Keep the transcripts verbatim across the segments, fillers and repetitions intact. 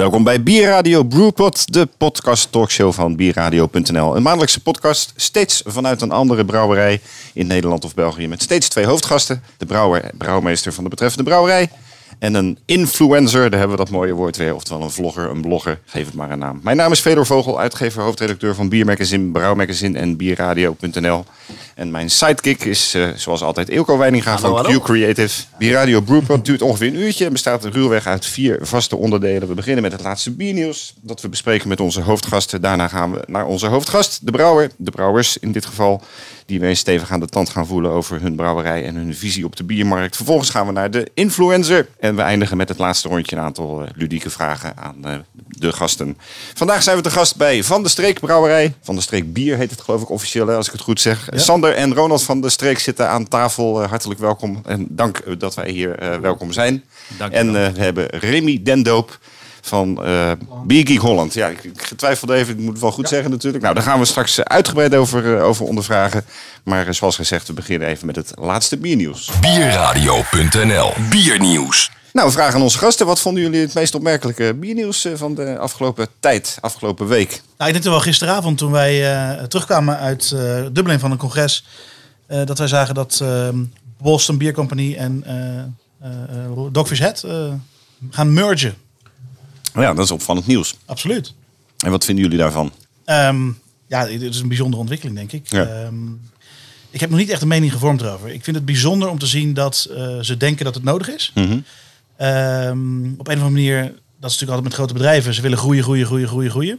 Welkom bij Bierradio Brewpod, de podcast talkshow van bierradio punt n l. Een maandelijkse podcast, steeds vanuit een andere brouwerij in Nederland of België. Met steeds twee hoofdgasten. De brouwer, brouwmeester van de betreffende brouwerij. En een influencer, daar hebben we dat mooie woord weer. Oftewel een vlogger, een blogger, geef het maar een naam. Mijn naam is Fedor Vogel, uitgever, hoofdredacteur van Biermagazine, Brouwmagazine en bierradio punt n l. En mijn sidekick is, uh, zoals altijd, Eelco Weininga van Q Creative. Bierradio Brewpod duurt ongeveer een uurtje en bestaat ruwweg uit vier vaste onderdelen. We beginnen met het laatste biernieuws, dat we bespreken met onze hoofdgasten. Daarna gaan we naar onze hoofdgast, de brouwer, de brouwers in dit geval, die weer stevig aan de tand gaan voelen over hun brouwerij en hun visie op de biermarkt. Vervolgens gaan we naar de influencer. En we eindigen met het laatste rondje een aantal uh, ludieke vragen aan uh, de gasten. Vandaag zijn we te gast bij Van de Streek Brouwerij. Van de Streek Bier heet het geloof ik officieel, als ik het goed zeg. Ja. Sander en Ronald van de Streek zitten aan tafel. Uh, hartelijk welkom en dank uh, dat wij hier uh, welkom zijn. Dank en uh, we hebben Remy Dendoop van uh, Beer Geek Holland. Ja, ik, ik getwijfelde even, ik moet het wel goed ja. zeggen natuurlijk. Nou, daar gaan we straks uitgebreid over, uh, over ondervragen. Maar uh, zoals gezegd, we beginnen even met het laatste biernieuws. Bierradio punt n l, biernieuws. Nou, we vragen aan onze gasten, wat vonden jullie het meest opmerkelijke biernieuws uh, van de afgelopen tijd, afgelopen week? Nou, ik denk wel gisteravond toen wij uh, terugkwamen uit uh, Dublin van een congres, uh, dat wij zagen dat uh, Boston Beer Company en uh, uh, Dogfish Head uh, gaan mergen. Ja, dat is opvallend nieuws. Absoluut. En wat vinden jullie daarvan? Um, ja, het is een bijzondere ontwikkeling, denk ik. Ja. Um, ik heb nog niet echt een mening gevormd erover. Ik vind het bijzonder om te zien dat uh, ze denken dat het nodig is. Mm-hmm. Um, op een of andere manier, dat is natuurlijk altijd met grote bedrijven. Ze willen groeien, groeien, groeien, groeien, groeien.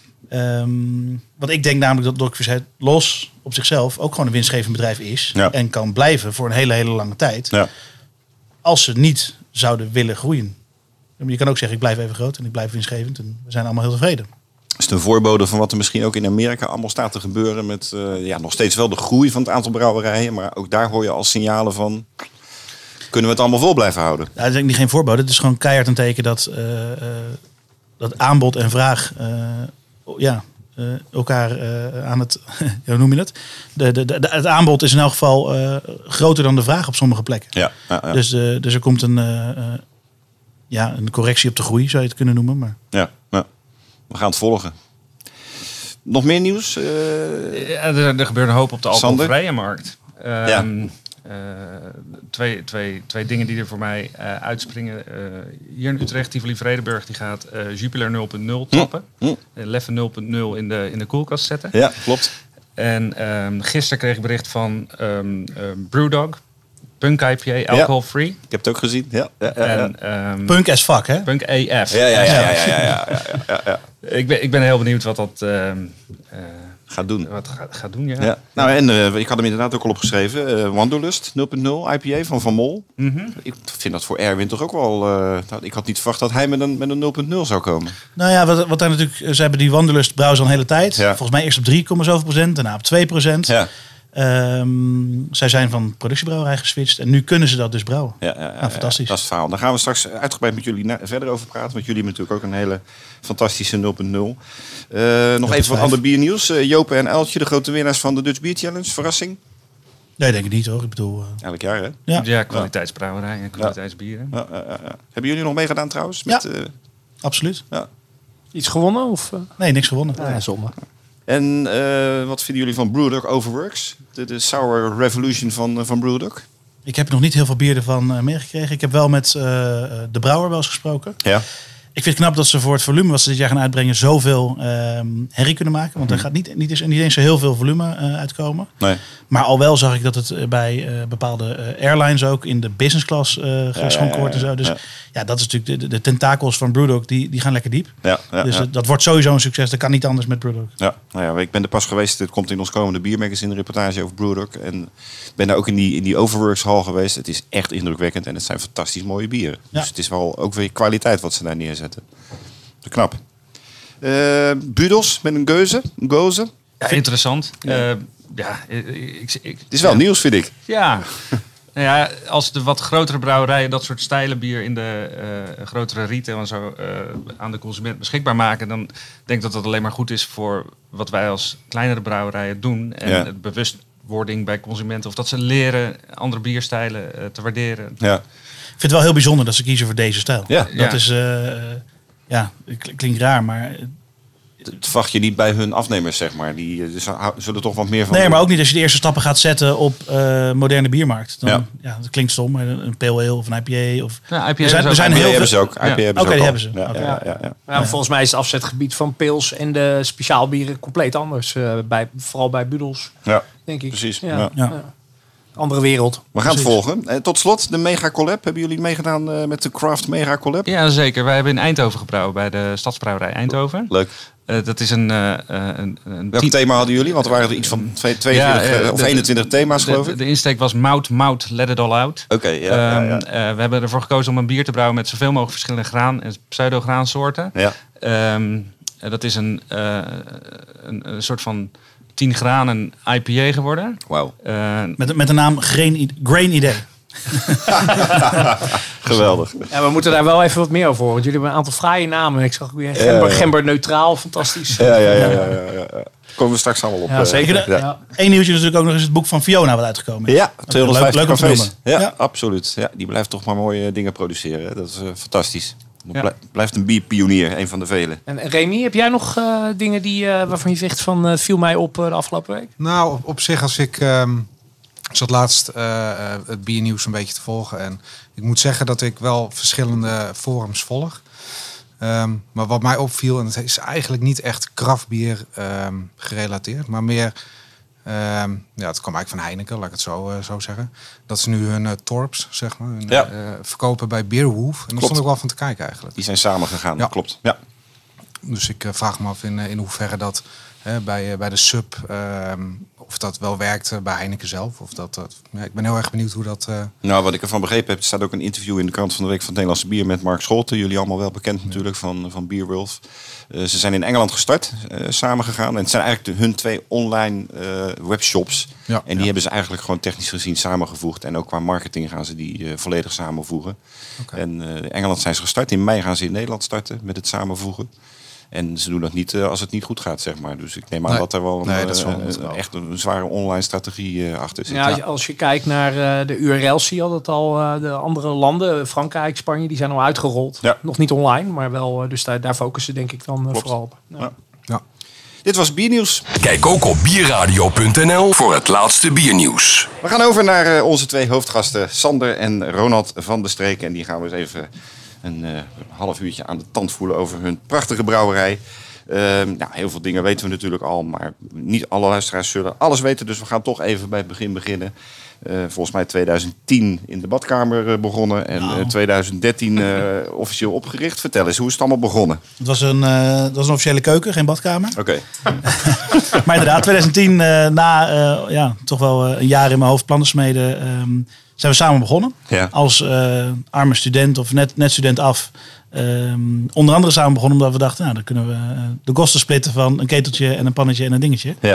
Um, want ik denk namelijk dat Dogfish Head los op zichzelf ook gewoon een winstgevend bedrijf is. Ja. En kan blijven voor een hele, hele lange tijd. Ja. Als ze niet zouden willen groeien. Je kan ook zeggen, ik blijf even groot en ik blijf winstgevend. En we zijn allemaal heel tevreden. Is het een voorbode van wat er misschien ook in Amerika allemaal staat te gebeuren? Met uh, ja, nog steeds wel de groei van het aantal brouwerijen. Maar ook daar hoor je al signalen van, kunnen we het allemaal vol blijven houden? Ja, dat is niet geen voorbode. Het is gewoon keihard een teken dat, uh, uh, dat aanbod en vraag uh, ja, uh, elkaar uh, aan het... hoe noem je het? De, de, de, het aanbod is in elk geval uh, groter dan de vraag op sommige plekken. Ja, ja, ja. Dus, uh, dus er komt een... Uh, uh, Ja, een correctie op de groei zou je het kunnen noemen. Maar... Ja, ja, we gaan het volgen. Nog meer nieuws? Uh... Ja, er, er gebeurt een hoop op de alcoholvrije markt. Um, ja. uh, twee, twee, twee dingen die er voor mij uh, uitspringen. Uh, hier in Utrecht, Tivoli Vredenburg, die gaat uh, Jupiler nul punt nul tappen. Hm. Hm. Leffe nul punt nul in de, in de koelkast zetten. Ja, klopt. En um, gisteren kreeg ik bericht van um, uh, Brewdog. Punk I P A, alcohol free. Ja, ik heb het ook gezien. Ja, ja, ja, ja. En, um, Punk as fuck, hè? Punk A F. Ja, ja, ja, ja, ja, ja, ja, ja, ja. Ik ben, ik ben heel benieuwd wat dat uh, uh, gaat doen. Wat gaat, gaat doen, ja. ja. Nou, en uh, ik had hem inderdaad ook al opgeschreven. Uh, Wanderlust nul punt nul I P A van Van Mol. Mm-hmm. Ik vind dat voor Erwin toch ook wel... Uh, nou, ik had niet verwacht dat hij met een, met een nul punt nul zou komen. Nou ja, wat, wat daar natuurlijk... Ze hebben die Wanderlust brouwen al een hele tijd. Ja. Volgens mij eerst op drie komma zoveel procent, daarna op twee procent. Ja. Um, zij zijn van productiebrouwerij geswitcht en nu kunnen ze dat dus brouwen. Ja, ja, ja, nou, fantastisch. Ja, dat is het verhaal. Daar gaan we straks uitgebreid met jullie na- verder over praten. Want jullie hebben natuurlijk ook een hele fantastische nul punt nul. Uh, nog even wat ander biernieuws. Uh, Jopen en Uiltje, de grote winnaars van de Dutch Beer Challenge. Verrassing? Nee, denk ik niet hoor. Ik bedoel... Uh... Elk jaar, hè? Ja, ja kwaliteitsbrouwerij en kwaliteitsbieren. Ja. Ja, ja, ja. Hebben jullie nog meegedaan trouwens? Met, ja, uh... absoluut. Ja. Iets gewonnen? Of, uh... Nee, niks gewonnen. Ah, ja, zonde. En uh, wat vinden jullie van Brewdog Overworks? De, de Sour Revolution van, uh, van Brewdog? Ik heb nog niet heel veel bier ervan uh, meegekregen. Ik heb wel met uh, de brouwer wel eens gesproken. Ja. Ik vind het knap dat ze voor het volume wat ze dit jaar gaan uitbrengen zoveel uh, herrie kunnen maken. Want er gaat niet, niet, eens, niet eens zo heel veel volume uh, uitkomen. Nee. Maar al wel zag ik dat het bij uh, bepaalde uh, airlines ook in de business class uh, geschonken wordt en zo. Dus ja. ja, dat is natuurlijk de, de tentakels van Brewdog. Die, die gaan lekker diep. Ja, ja, dus ja. dat wordt sowieso een succes. Dat kan niet anders met Brewdog. Ja, nou ja, ik ben er pas geweest. Het komt in ons komende biermagazine reportage over Brewdog. En ben daar ook in die, in die Overworks hall geweest. Het is echt indrukwekkend en het zijn fantastisch mooie bieren. Ja. Dus het is wel ook weer kwaliteit wat ze daar neerzetten. Knap. Uh, Budels met een geuze. Een goze. Ja, interessant. Ja, uh, ja ik, ik, ik, het is wel ja. nieuws, vind ik. Ja. Nou ja, als de wat grotere brouwerijen dat soort stijle bier in de uh, grotere retail en zo uh, aan de consument beschikbaar maken, dan denk ik dat dat alleen maar goed is voor wat wij als kleinere brouwerijen doen. En ja. het bewustwording bij consumenten. Of dat ze leren andere bierstijlen uh, te waarderen. Ja. Ik vind het wel heel bijzonder dat ze kiezen voor deze stijl. Ja. Dat ja. is... Uh, ja, het klinkt raar, maar... Dat verwacht je niet bij hun afnemers, zeg maar. Die uh, dus, uh, zullen toch wat meer van... Nee, doen. maar ook niet als je de eerste stappen gaat zetten op uh, moderne biermarkt. Dan, ja. Ja. ja, dat klinkt stom, maar een pale ale of een I P A. Of, Ja, I P A er zijn, er zijn I P A heel hebben veel... ze ook. I P A Ja. hebben ze Oké, ook die al. hebben ze. Ja, Oké. ja, ja, ja. Ja, volgens mij is het afzetgebied van pils en de speciaalbieren compleet anders. Uh, bij, vooral bij Budels, Ja, denk ik. precies. Ja. Ja. Ja. Ja. Andere wereld. We gaan Precies. het volgen. En tot slot, de Mega Collab. Hebben jullie meegedaan uh, met de Craft Mega Collab? Ja, zeker. Wij hebben in Eindhoven gebrouwen bij de Stadsbrouwerij Eindhoven. Leuk. Uh, dat is een... Uh, een, een Welk tien- thema hadden jullie? Want er waren er iets van twee- tweeëntwintig Ja, uh, of de- eenentwintig thema's, de, geloof de, ik. de insteek was mout, mout, let it all out. Oké, ja, ja, ja. Um, uh, we hebben ervoor gekozen om een bier te brouwen met zoveel mogelijk verschillende graan- en pseudo-graansoorten. ja. Um, uh, dat is een, uh, een, een soort van tien granen I P A geworden. Wauw. Uh, Met, met de naam Grain, Grain Idee. Geweldig. Ja, we moeten daar wel even wat meer over horen. Want jullie hebben een aantal fraaie namen. Ik zag ook weer Gember, Ja, ja. Gember Neutraal. Fantastisch. Ja, ja, ja. ja, ja, ja. Komen we straks allemaal op. Ja, uh, zeker. Ja, Ja. Eén nieuwtje is natuurlijk ook nog eens het boek van Fiona wat uitgekomen is. ja tweehonderdvijftig Leuk- leuk om te cafés. noemen. Ja, Ja. absoluut. Ja, die blijft toch maar mooie dingen produceren. Hè. Dat is uh, fantastisch. Ja. Blij- Blijft een bierpionier, een van de velen. En Remy, heb jij nog uh, dingen die, uh, waarvan je zegt van uh, viel mij op uh, de afgelopen week? Nou, op, op zich als ik... Um, ik zat laatst uh, uh, het biernieuws een beetje te volgen. En ik moet zeggen dat ik wel verschillende forums volg. Um, maar wat mij opviel, en het is eigenlijk niet echt kraftbier um, gerelateerd, maar meer... Um, ja, het kwam eigenlijk van Heineken, laat ik het zo, uh, zo zeggen. Dat ze nu hun uh, Torps, zeg maar, hun, Ja. uh, verkopen bij Beerwolf. En daar Klopt. stond ik wel van te kijken eigenlijk. Die zijn samen gegaan, Ja. klopt. Ja. Dus ik uh, vraag me af in, uh, in hoeverre dat uh, bij, uh, bij de sub, uh, of dat wel werkt uh, bij Heineken zelf. Of dat, dat, ja, ik ben heel erg benieuwd hoe dat... Uh, Nou, wat ik ervan begrepen heb, er staat ook een interview in de krant van de Week van het Nederlandse Bier met Mark Scholten. Jullie allemaal wel bekend natuurlijk van, van Beerwolf. Uh, ze zijn in Engeland gestart, uh, samen gegaan. En het zijn eigenlijk de, hun twee online uh, webshops. Ja, en die ja. hebben ze eigenlijk gewoon technisch gezien samengevoegd. En ook qua marketing gaan ze die uh, volledig samenvoegen. Okay. En uh, in Engeland zijn ze gestart. In mei gaan ze in Nederland starten met het samenvoegen. En ze doen dat niet uh, als het niet goed gaat, zeg maar. Dus ik neem aan Nee. dat er wel, een, Nee, dat is wel uh, het een- wel. echt een zware online strategie uh, achter zit. Ja, als je- als je kijkt naar uh, de U R L's, zie je al dat al uh, de andere landen, Frankrijk, Spanje, die zijn al uitgerold. Ja. Nog niet online, maar wel. Uh, dus daar, daar focussen denk ik dan uh, Klopt. vooral op. Ja. Ja. ja. Dit was Biernieuws. Kijk ook op bierradio punt n l voor het laatste biernieuws. We gaan over naar uh, onze twee hoofdgasten, Sander en Ronald van der Streek. En die gaan we eens even een uh, half uurtje aan de tand voelen over hun prachtige brouwerij. Uh, nou, heel veel dingen weten we natuurlijk al, maar niet alle luisteraars zullen alles weten. Dus we gaan toch even bij het begin beginnen. Uh, volgens mij twintig tien in de badkamer uh, begonnen en uh, twintig dertien uh, officieel opgericht. Vertel eens, hoe is het allemaal begonnen? Het was een, uh, het was een officiële keuken, geen badkamer. Oké. Okay. Maar inderdaad, twintig tien, uh, na uh, ja, toch wel uh, een jaar in mijn hoofd plannensmeden, um, zijn we samen begonnen. Ja. Als uh, arme student of net, net student af. Um, onder andere samen begonnen omdat we dachten, nou, dan kunnen we uh, de kosten splitten van een keteltje en een pannetje en een dingetje. Ja.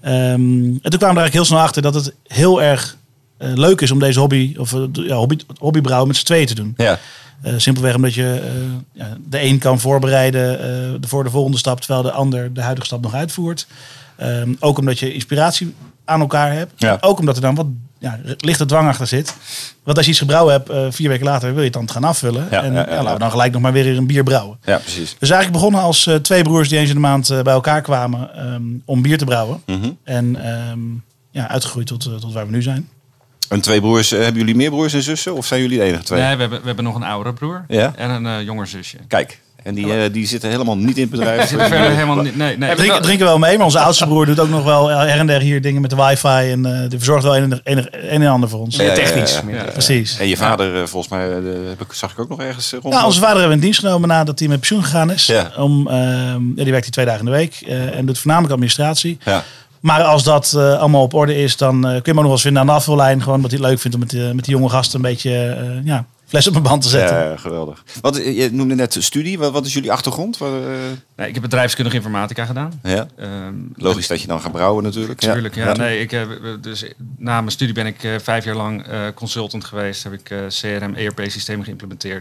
Um, en toen kwamen we er eigenlijk heel snel achter dat het heel erg uh, leuk is om deze hobby, of uh, ja, hobby, hobbybrouwen met z'n tweeën te doen. Ja. Uh, simpelweg omdat je uh, ja, de een kan voorbereiden uh, voor de volgende stap, terwijl de ander de huidige stap nog uitvoert. Um, ook omdat je inspiratie aan elkaar hebt. Ja. Ook omdat er dan wat ja, lichte dwang achter zit. Want als je iets gebrouwen hebt, uh, vier weken later wil je het dan gaan afvullen. Ja, en ja, ja, ja, laten ja. we dan gelijk nog maar weer een bier brouwen. Ja, precies. Dus eigenlijk begonnen als uh, twee broers die eens in de maand uh, bij elkaar kwamen um, om bier te brouwen. Mm-hmm. En um, ja, uitgegroeid tot, uh, tot waar we nu zijn. En twee broers, uh, hebben jullie meer broers en zussen? Of zijn jullie de enige twee? Nee, we hebben, we hebben nog een oudere broer Ja? en een uh, jonger zusje. Kijk, en die, uh, die zitten helemaal niet in het bedrijf. Zit er verder helemaal niet. Nee, nee. We drinken, drinken wel mee, maar onze oudste broer doet ook nog wel her en der hier dingen met de wifi. En uh, die verzorgt wel een en, een, een en ander voor ons. Ja, ja, ja, Technisch. ja. meer. Ja. Precies. En je vader, uh, volgens mij, uh, heb ik, zag ik ook nog ergens uh, rond. Nou, onze vader hebben we in dienst genomen nadat hij met pensioen gegaan is. Ja. Om, uh, ja, die werkt hij twee dagen in de week uh, en doet voornamelijk administratie. Ja. Maar als dat uh, allemaal op orde is, dan uh, kun je hem ook nog wel eens vinden aan de afvullijn. Gewoon wat hij het leuk vindt om met, uh, met die jonge gasten een beetje uh, ja, fles op mijn band te zetten. Ja, geweldig. Wat, je noemde net studie. Wat, wat is jullie achtergrond? Wat, uh, Nee, ik heb bedrijfskundige informatica gedaan. ja. Um, Logisch dat je dan gaat brouwen natuurlijk. Tuurlijk, ja. Nee, ik heb, dus na mijn studie ben ik uh, vijf jaar lang uh, consultant geweest. Heb ik uh, C R M, E R P-systemen geïmplementeerd.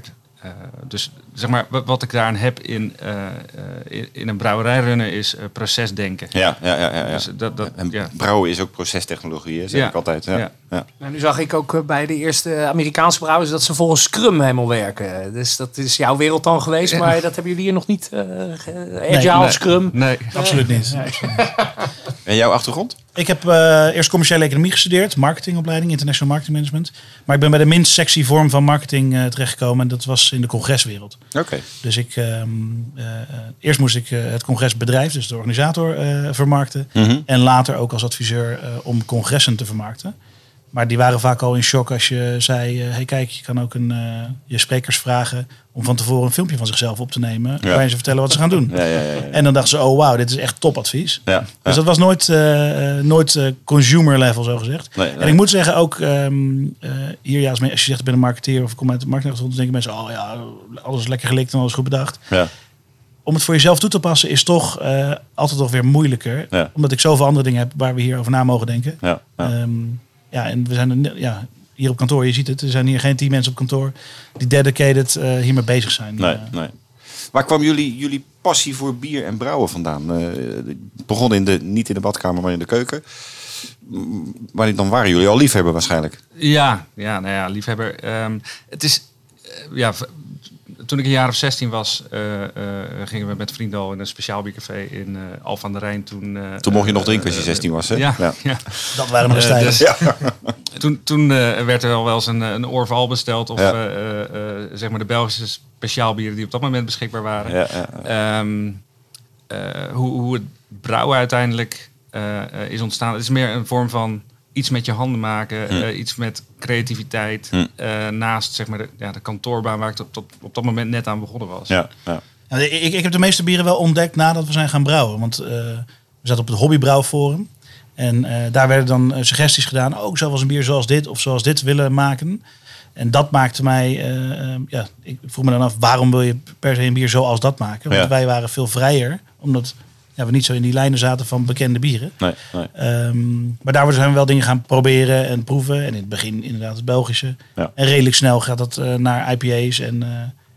uh, dus zeg maar, wat, wat ik daaraan heb in, uh, uh, in, in een brouwerij runnen is uh, procesdenken. Ja, ja, ja. ja, ja. Dus dat, dat, en ja. brouwen is ook procestechnologie, hè, zeg Ja. ik altijd. Ja. Ja. Ja. Nou, nu zag ik ook eh, bij de eerste Amerikaanse brouwers dat ze volgens Scrum helemaal werken. Dus dat is jouw wereld dan geweest, maar dat hebben jullie hier nog niet. Uh, Agile, Nee. Scrum. Nee. Absoluut niet. En jouw achtergrond? Ik heb uh, eerst commerciële economie gestudeerd, marketingopleiding, international marketing management. Maar ik ben bij de minst sexy vorm van marketing uh, terechtgekomen en dat was in de congreswereld. Oké. Okay. Dus ik, uh, uh, uh, eerst moest ik uh, het congresbedrijf, dus de organisator, uh, vermarkten. Mm-hmm. En later ook als adviseur uh, om congressen te vermarkten. Maar die waren vaak al in shock als je zei, uh, hey kijk, je kan ook een, uh, je sprekers vragen om van tevoren een filmpje van zichzelf op te nemen. Ja. Waarin ze vertellen wat ze gaan doen. Ja, ja, ja, ja. En dan dachten ze, oh wauw, dit is echt topadvies. Ja, dus ja. dat was nooit, uh, nooit uh, consumer level, zo gezegd. Nee, nee. En ik moet zeggen, ook um, uh, hier, ja, als, als je zegt, ik ben een marketeer of ik kom uit de marketingachtergrond, dan denken mensen, oh ja, alles is lekker gelikt en alles goed bedacht. Ja. Om het voor jezelf toe te passen is toch uh, altijd toch weer moeilijker. Ja. Omdat ik zoveel andere dingen heb waar we hier over na mogen denken. Ja, ja. Um, ja, en we zijn er, ja, hier op kantoor, je ziet het, er zijn hier geen tien mensen op kantoor die dedicated uh, hiermee bezig zijn. Nee, uh, nee. Waar kwam jullie, jullie passie voor bier en brouwen vandaan? Uh, het begon in de, niet in de badkamer, maar in de keuken. Maar dan waren jullie al liefhebber waarschijnlijk. Ja, ja, nou ja, liefhebber. Um, het is, uh, ja, v- toen ik een jaar of zestien was, uh, uh, gingen we met vrienden al in een speciaal biercafé in uh, Alphen aan de Rijn. Toen, uh, Toen mocht je nog uh, drinken als je zestien was, hè? Ja, Ja. ja. Dat waren nog eens Uh, tijden. dus- Ja. Toen, toen uh, werd er al wel eens een, een oorval besteld. Of Ja. uh, uh, uh, zeg maar de Belgische speciaalbieren die op dat moment beschikbaar waren. Ja, ja, ja. Um, uh, hoe, hoe het brouwen uiteindelijk uh, uh, is ontstaan. Het is meer een vorm van iets met je handen maken. Hm. Uh, iets met creativiteit. Hm. Uh, naast zeg maar, de, ja, de kantoorbaan waar ik tot, tot, op dat moment net aan begonnen was. Ja, ja. Ja, ik, ik heb de meeste bieren wel ontdekt nadat we zijn gaan brouwen. Want uh, we zaten op het hobbybrouwforum. En uh, daar werden dan uh, suggesties gedaan. Oh, ik zou wel eens een bier zoals dit of zoals dit willen maken. En dat maakte mij... Uh, uh, ja, ik vroeg me dan af, waarom wil je per se een bier zoals dat maken? Want Ja. wij waren veel vrijer. Omdat ja, we niet zo in die lijnen zaten van bekende bieren. Nee, nee. Um, maar daar zijn we wel dingen gaan proberen en proeven. En in het begin inderdaad het Belgische. Ja. En redelijk snel gaat dat uh, naar I P A's en... Uh,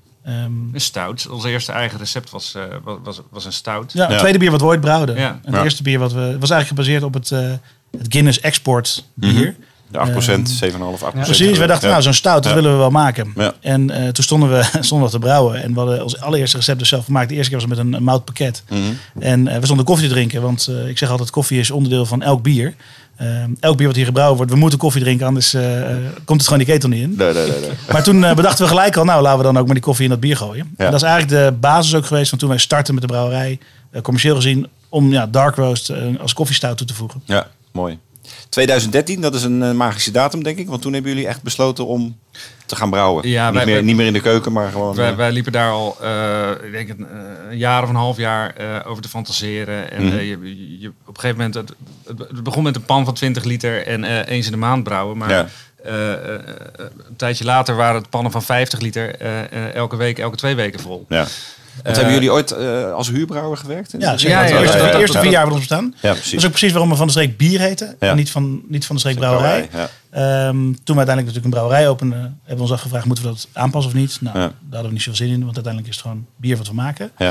um, Een stout. Ons eerste eigen recept was, uh, was, was een stout. Ja, het Ja. tweede bier wat we ooit brouwden. Ja. En het Ja. eerste bier wat we... was eigenlijk gebaseerd op het, uh, het Guinness Export bier. De acht procent, Um, zeven komma vijf, acht procent. Precies, wij dachten Ja. nou zo'n stout, dat Ja. willen we wel maken. Ja. En uh, toen stonden we, stonden we te brouwen. En we hadden ons allereerste recept dus zelf gemaakt. De eerste keer was het met een, een moutpakket. Mhm. En uh, we stonden koffie te drinken. Want uh, ik zeg altijd, koffie is onderdeel van elk bier. Uh, elk bier wat hier gebrouwen wordt, we moeten koffie drinken. Anders uh, uh, komt het gewoon die ketel niet in. Nee, nee, nee, nee. Maar toen uh, bedachten we gelijk al, nou laten we dan ook maar die koffie in dat bier gooien. Ja. En dat is eigenlijk de basis ook geweest van toen wij startten met de brouwerij. Uh, commercieel gezien, om ja, dark roast uh, als koffiestout toe te voegen. Ja, mooi. twintig dertien, dat is een uh, magische datum, denk ik. Want toen hebben jullie echt besloten om te gaan brouwen. Ja, niet, wij- meer, wij- niet meer in de keuken, maar gewoon... Wij, uh, wij liepen daar al, uh, ik denk een, uh, een jaar of een half jaar uh, over te fantaseren. En Mhm. uh, je, je, op een gegeven moment, het, het begon met een pan van twintig liter en uh, eens in de maand brouwen. Maar Ja. uh, uh, uh, een tijdje later waren het pannen van vijftig liter uh, uh, elke week, elke twee weken vol. ja. Want hebben jullie ooit uh, als huurbrouwer gewerkt? Ja, zeker. Ja, ja, de eerste, ja, ja, de eerste ja. vier jaar van ons bestaan. Ja, Dat precies. is ook precies waarom we Van de Streek bier heten. Ja. En niet van, niet van de Streek brouwerij. Ja. Um, toen we uiteindelijk natuurlijk een brouwerij openden, hebben we ons afgevraagd, moeten we dat aanpassen of niet? Nou, Ja. daar hadden we niet zoveel zin in, want uiteindelijk is het gewoon bier wat we maken. Ja.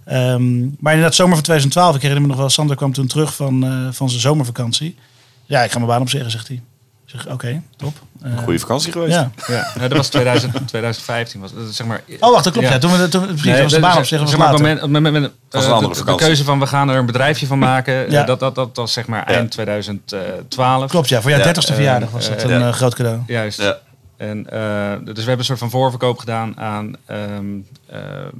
Um, maar inderdaad, zomer van twintig twaalf, ik herinner me nog wel, Sander kwam toen terug van, uh, van zijn zomervakantie. Ja, ik ga mijn baan opzeggen, zegt hij. Ik zeg, oké, okay, top. Uh, Goeie vakantie geweest. ja. Ja, nou, dat was tweeduizend, twintig vijftien. Was, dat is zeg maar, Oh, wacht, dat klopt. Ja. Toen we, toen, precies, Nee, was de dat- baan zeg- opzeggen, was zeg maar, op later. het moment, op het moment, was uh, een andere de- de, vakantie. keuze van we gaan er een bedrijfje van maken. Ja. uh, dat, dat, dat was zeg maar eind twintig twaalf. Klopt, ja. Voor jouw Ja, dertigste eh, verjaardag was dat eh, een ja. uh, groot cadeau. Juist. Ja. En, uh, dus we hebben een soort van voorverkoop gedaan aan um, um,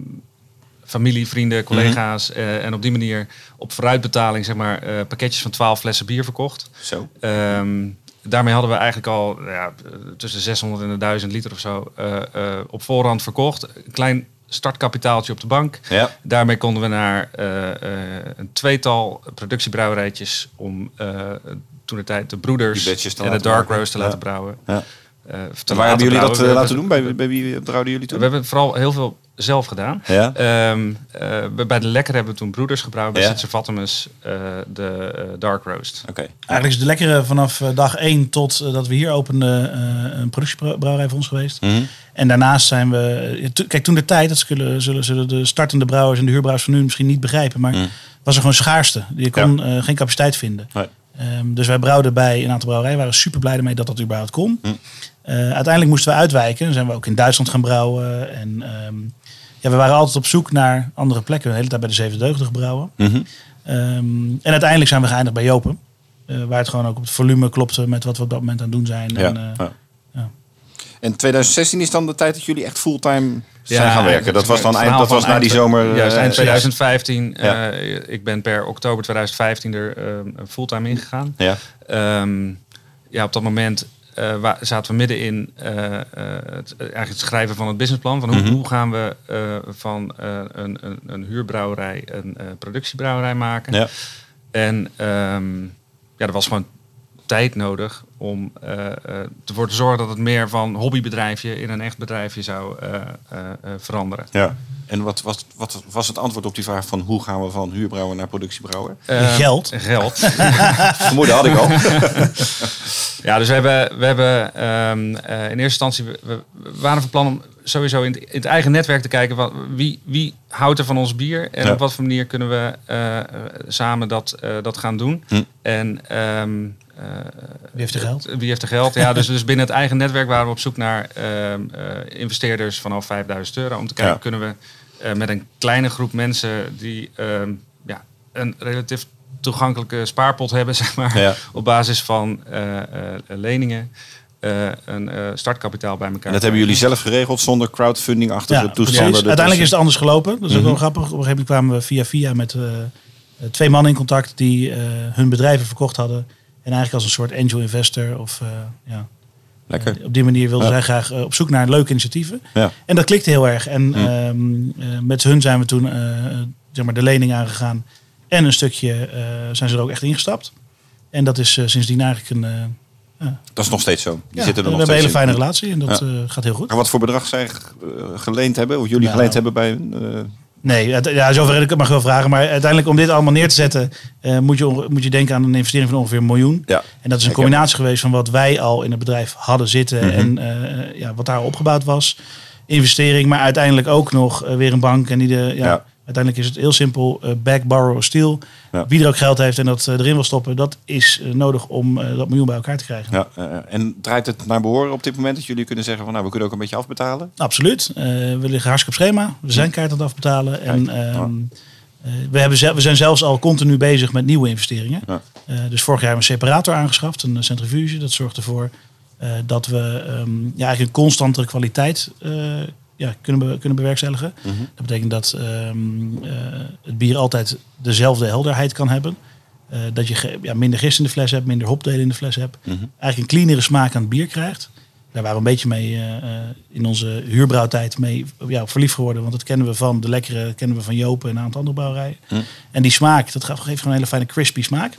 familie, vrienden, collega's. Mhm. uh, en op die manier op vooruitbetaling zeg maar, uh, pakketjes van twaalf flessen bier verkocht. Zo. Um, daarmee hadden we eigenlijk al ja, tussen zeshonderd en duizend liter of zo uh, uh, op voorhand verkocht. Een klein startkapitaaltje op de bank. Ja. Daarmee konden we naar uh, uh, een tweetal productiebrouwerijtjes om uh, toen de tijd de Broeders Die batches te en de laten Dark maken. Roast te Ja. laten brouwen. Ja. Uh, te En waar hebben jullie dat brouwen. uh, We- laten doen? Bij, bij wie brouwden jullie We toen? hebben vooral heel veel zelf gedaan. Ja? Um, uh, bij de Lekker hebben we toen Broeders gebrouwen. Bij Ja. Sitzer Vattemus uh, de uh, Dark Roast. Oké. Okay. Eigenlijk is de Lekkere vanaf dag één tot uh, dat we hier openden uh, een productiebrouwerij voor ons geweest. Mm-hmm. En daarnaast zijn we... Kijk, toen de tijd, dat zullen, zullen, zullen de startende brouwers en de huurbrouwers van nu misschien niet begrijpen. Maar mm. was er gewoon schaarste. Je kon ja. uh, geen capaciteit vinden. Nee. Um, dus wij brouwden bij een aantal brouwerijen. We waren super blij ermee dat dat überhaupt kon. Mm. Uh, uiteindelijk moesten we uitwijken. Dan zijn we ook in Duitsland gaan brouwen. En um, ja, we waren altijd op zoek naar andere plekken. De hele tijd bij de Zeven Deugden gebrouwen. Mm-hmm. Um, en uiteindelijk zijn we geëindigd bij Jopen. Uh, waar het gewoon ook op het volume klopte met wat we op dat moment aan het doen zijn. Ja. En, uh, ja. Ja. En twintig zestien is dan de tijd dat jullie echt fulltime zijn ja, gaan werken. Dat was dan eind, dat was na die zomer. Juist, eind twintig vijftien. Ja. Uh, ik ben per oktober twintig vijftien er uh, fulltime ingegaan. Ja. Um, ja, op dat moment uh, wa- zaten we midden in uh, uh, het, eigenlijk het schrijven van het businessplan. Van hoe, mm-hmm. hoe gaan we uh, van uh, een, een, een huurbrouwerij een uh, productiebrouwerij maken. Ja. En um, ja, er was gewoon tijd nodig om uh, uh, ervoor te zorgen dat het meer van hobbybedrijfje in een echt bedrijfje zou uh, uh, uh, veranderen. Ja. En wat, wat, wat was het antwoord op die vraag van hoe gaan we van huurbrouwer naar productiebrouwer? Uh, geld. Geld. Vermoeden had ik al. Ja, dus we hebben, we hebben um, uh, in eerste instantie, we, we waren van plan om sowieso in het, in het eigen netwerk te kijken, wat, wie, wie houdt er van ons bier en ja. op wat voor manier kunnen we uh, samen dat, uh, dat gaan doen. Hm. En um, Uh, wie heeft er geld? Wie heeft er geld? Ja, dus, dus binnen het eigen netwerk waren we op zoek naar uh, uh, investeerders vanaf vijfduizend euro. Om te kijken, ja. kunnen we uh, met een kleine groep mensen die uh, ja, een relatief toegankelijke spaarpot hebben, zeg maar, ja. op basis van uh, uh, leningen. Uh, een uh, startkapitaal bij elkaar. En dat hebben jullie zelf geregeld zonder crowdfunding-achtige ja, toestanden? Ja, uiteindelijk is het anders gelopen. Dat is mm-hmm. ook wel grappig. Op een gegeven moment kwamen we via via met uh, twee mannen in contact die uh, hun bedrijven verkocht hadden. En eigenlijk als een soort angel investor. Of, uh, ja, Lekker. Uh, op die manier wilden ja. zij graag uh, op zoek naar leuke initiatieven. Ja. En dat klikte heel erg. En mm. um, uh, met hun zijn we toen uh, zeg maar de lening aangegaan. En een stukje uh, zijn ze er ook echt ingestapt. En dat is uh, sindsdien eigenlijk een... Uh, uh, dat is nog steeds zo. Die ja, zitten er we nog hebben steeds een hele in. fijne relatie. En dat ja. uh, gaat heel goed. En wat voor bedrag zij uh, geleend hebben? Of jullie ja, geleend hebben bij... Uh, Nee, ja, zover ik het mag wel vragen. Maar uiteindelijk om dit allemaal neer te zetten, uh, moet, je, moet je denken aan een investering van ongeveer een miljoen. Ja. En dat is een combinatie geweest van wat wij al in het bedrijf hadden zitten. Mm-hmm. En uh, ja, wat daar opgebouwd was. Investering, maar uiteindelijk ook nog uh, weer een bank. En die de, ja, ja. Uiteindelijk is het heel simpel. Uh, back, borrow, steal. Ja. Wie er ook geld heeft en dat uh, erin wil stoppen, dat is uh, nodig om uh, dat miljoen bij elkaar te krijgen. Ja, uh, en draait het naar behoren op dit moment dat jullie kunnen zeggen van nou, we kunnen ook een beetje afbetalen? Absoluut. Uh, we liggen hartstikke op schema. We zijn kaart aan het afbetalen. Kijk, en uh, oh. uh, we, hebben zel- we zijn zelfs al continu bezig met nieuwe investeringen. Ja. Uh, dus vorig jaar hebben we een separator aangeschaft, een centrifuge. Dat zorgt ervoor uh, dat we um, ja, eigenlijk een constantere kwaliteit uh, Ja, kunnen, be, kunnen bewerkstelligen. Mm-hmm. Dat betekent dat um, uh, het bier altijd dezelfde helderheid kan hebben. Uh, dat je ge, ja, minder gist in de fles hebt, minder hopdelen in de fles hebt. Mm-hmm. Eigenlijk een cleanere smaak aan het bier krijgt. Daar waren we een beetje mee uh, in onze huurbrouwtijd mee ja, verliefd geworden. Want dat kennen we van de Lekkere, kennen we van Jopen en een aantal andere brouwerijen. Mm. En die smaak, dat geeft gewoon een hele fijne crispy smaak.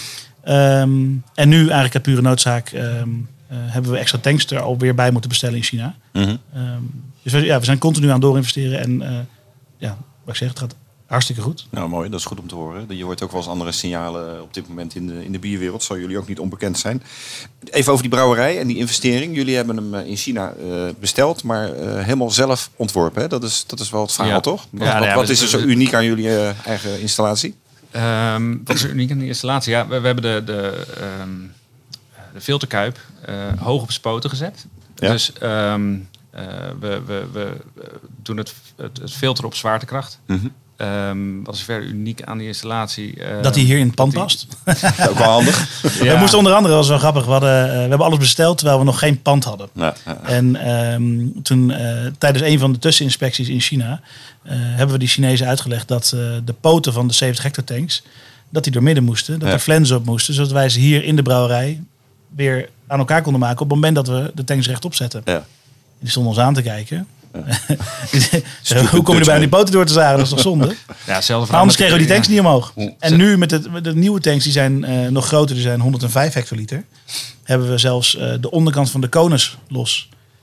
Um, en nu eigenlijk uit pure noodzaak um, uh, hebben we extra tanks er alweer bij moeten bestellen in China. Mm-hmm. Um, Dus we, ja, we zijn continu aan het doorinvesteren. En uh, ja, wat ik zeg, het gaat hartstikke goed. Nou, mooi. Dat is goed om te horen. Je hoort ook wel eens andere signalen op dit moment in de, in de bierwereld. Zal jullie ook niet onbekend zijn. Even over die brouwerij en die investering. Jullie hebben hem in China uh, besteld, maar uh, helemaal zelf ontworpen. Hè? Dat is, dat is wel het verhaal, ja. toch? Wat, ja, wat, ja, wat is er zo uniek aan jullie uh, eigen installatie? Um, wat is er uniek aan die installatie? Ja, we, we hebben de, de, um, de filterkuip uh, hoog op spoten gezet. Ja. Dus... Um, Uh, we, we, we doen het, het, het filter op zwaartekracht. Mm-hmm. Um, wat is verder uniek aan die installatie? Uh, dat hij hier in het pand past. Die... ook wel handig. Ja. We moesten onder andere, dat was wel grappig, we, hadden, uh, we hebben alles besteld terwijl we nog geen pand hadden. Ja, ja. En um, toen uh, tijdens een van de tusseninspecties in China uh, hebben we die Chinezen uitgelegd dat uh, de poten van de zeventig hectare tanks, dat die door midden moesten, dat ja. er flensen op moesten, zodat wij ze hier in de brouwerij weer aan elkaar konden maken op het moment dat we de tanks rechtop zetten. Ja. Die stonden ons aan te kijken. Ja. Hoe kom je erbij om die poten door te zagen? Dat is toch zonde? Ja, maar anders kregen we die tanks ja. niet omhoog. En nu met de, met de nieuwe tanks, die zijn uh, nog groter. Die zijn honderdvijf hectoliter. Hebben we zelfs uh, de onderkant van de konus los.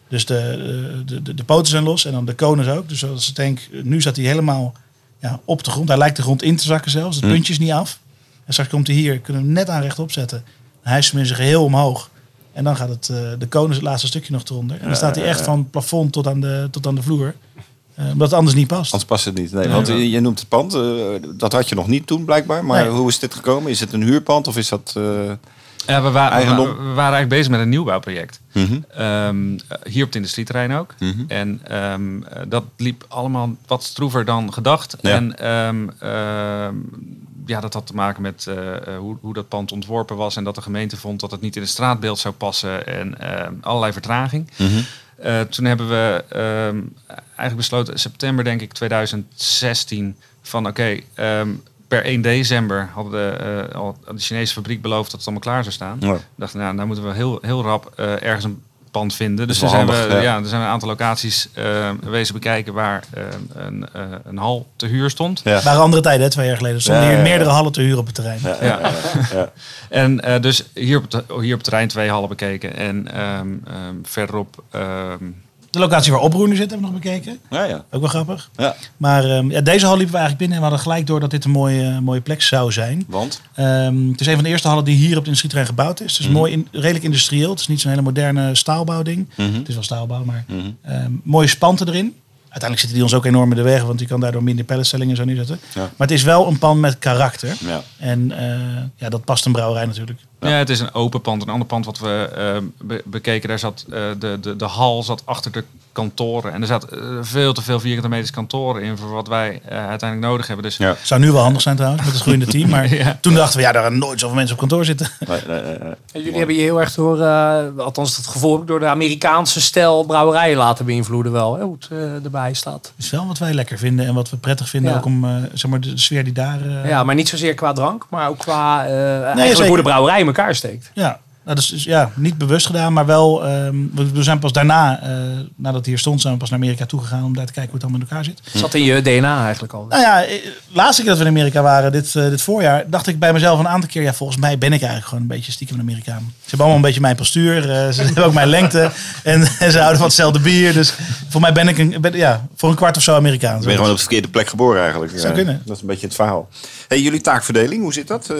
Dus de, de, de, de poten zijn los en dan de konus ook. Dus als de tank, nu staat hij helemaal ja, op de grond. Hij lijkt de grond in te zakken zelfs. Het Mm. puntje is niet af. En straks komt hij hier, kunnen we hem net aan rechtop zetten. Dan hijst hem in zijn geheel omhoog. En dan gaat het, uh, de konus het laatste stukje nog eronder. En dan staat hij echt van het plafond tot aan de, tot aan de vloer. Uh, omdat het anders niet past. Anders past het niet. Nee, want je, je noemt het pand. Uh, dat had je nog niet toen blijkbaar. Maar Nee. hoe is dit gekomen? Is het een huurpand of is dat... Uh... Ja, we, wa- we, Eigendom? wa- we waren eigenlijk bezig met een nieuwbouwproject. Mm-hmm. Um, hier op het industrieterrein ook. Mhm. En um, dat liep allemaal wat stroever dan gedacht. Ja. En um, um, ja, dat had te maken met uh, hoe, hoe dat pand ontworpen was. En dat de gemeente vond dat het niet in het straatbeeld zou passen. En uh, allerlei vertraging. Mm-hmm. Uh, toen hebben we um, eigenlijk besloten, september denk ik tweeduizend zestien... van oké, okay, um, per één december hadden de, uh, al de Chinese fabriek beloofd dat het allemaal klaar zou staan. Ja. We dachten, nou, nou moeten we heel, heel rap uh, ergens een pand vinden. Dus Dat er is zijn, wel we, handig, ja. ja. er zijn een aantal locaties uh, wezen bekijken waar uh, een, uh, een hal te huur stond. Ja. Het waren andere tijden, hè, twee jaar geleden. Er stonden Ja, hier ja, ja. meerdere hallen te huren op het terrein. Ja, Ja. ja, ja, ja. En uh, dus hier op, het, hier op het terrein twee hallen bekeken. En um, um, verderop... Um, De locatie waar Oproer nu zit hebben we nog bekeken. Ja, ja. Ook wel grappig. Ja. Maar um, ja, deze hal liepen we eigenlijk binnen en we hadden gelijk door dat dit een mooie, mooie plek zou zijn. Want? Um, het is een van de eerste hallen die hier op het industrieterrein gebouwd is. Het is Mhm. mooi, in, redelijk industrieel. Het is niet zo'n hele moderne staalbouwding. Mhm. Het is wel staalbouw, maar Mhm. um, mooie spanten erin. Uiteindelijk zitten die ons ook enorm in de weg, want je kan daardoor minder pelletstellingen zo neerzetten. Ja. Maar het is wel een pand met karakter. Ja. En uh, ja, dat past een brouwerij natuurlijk. Ja. ja, het is een open pand. Een ander pand wat we uh, be- bekeken, daar zat uh, de, de, de hal zat achter de kantoren. En er zat uh, veel te veel vierkante meters kantoren in voor wat wij uh, uiteindelijk nodig hebben. Dus Ja. Zou nu wel handig zijn trouwens, met het groeiende team. Maar Ja. toen dachten we, ja, daar gaan nooit zoveel mensen op kantoor zitten. Nee, nee, nee, nee. En jullie hebben je heel erg door, uh, althans het gevoel heb ik, door de Amerikaanse stijl brouwerijen laten beïnvloeden wel. Hè, hoe het uh, erbij staat. Dat is wel wat wij lekker vinden en wat we prettig vinden. Ja. Ook om uh, zeg maar, de sfeer die daar... Uh, Ja, maar niet zozeer qua drank, maar ook qua uh, eigenlijk zeker. hoe de brouwerij in elkaar steekt. Ja, nou, dat is dus, ja, niet bewust gedaan, maar wel... Um, we, we zijn pas daarna, uh, nadat het hier stond, zijn we pas naar Amerika toegegaan om daar te kijken hoe het allemaal in elkaar zit. Het zat in je D N A eigenlijk al. Nou ja, eh, laatste keer dat we in Amerika waren, dit, uh, dit voorjaar, dacht ik bij mezelf een aantal keer, ja, volgens mij ben ik eigenlijk gewoon een beetje stiekem een Amerikaan. Ze hebben allemaal een beetje mijn postuur, uh, ze hebben ook mijn lengte en, en ze houden van hetzelfde bier. Dus voor mij ben ik een, ben, ja, voor een kwart of zo Amerikaan. Dan ben je gewoon op de verkeerde plek geboren eigenlijk. Zou Ja, kunnen. Dat is een beetje het verhaal. Hey, jullie taakverdeling, hoe zit dat? Uh,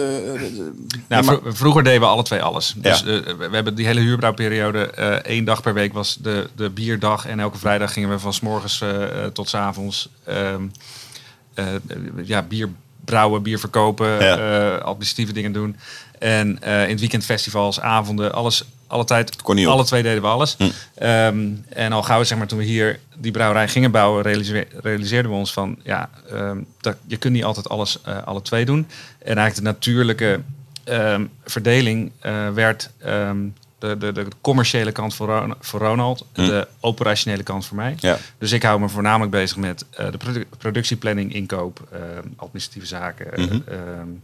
nou, maar- vro- vroeger deden we alle twee alles. Dus Ja. uh, we hebben die hele huurbrouwperiode, uh, één dag per week was de, de bierdag. En elke vrijdag gingen we van 's morgens uh, tot 's avonds um, uh, ja, bier brouwen, bier verkopen, Ja. uh, administratieve dingen doen. En uh, in het weekend festivals, avonden, alles, alle tijd, kon niet op. alle twee deden we alles. Hm. Um, en al gauw, zeg maar, toen we hier die brouwerij gingen bouwen, realiseer- realiseerden we ons van, ja, um, dat, je kunt niet altijd alles uh, alle twee doen. En eigenlijk de natuurlijke um, verdeling uh, werd um, de, de, de commerciële kant voor, Ron- voor Ronald, Hm. de operationele kant voor mij. Ja. Dus ik hou me voornamelijk bezig met uh, de produ- productieplanning, inkoop, uh, administratieve zaken, uh, Mhm. um,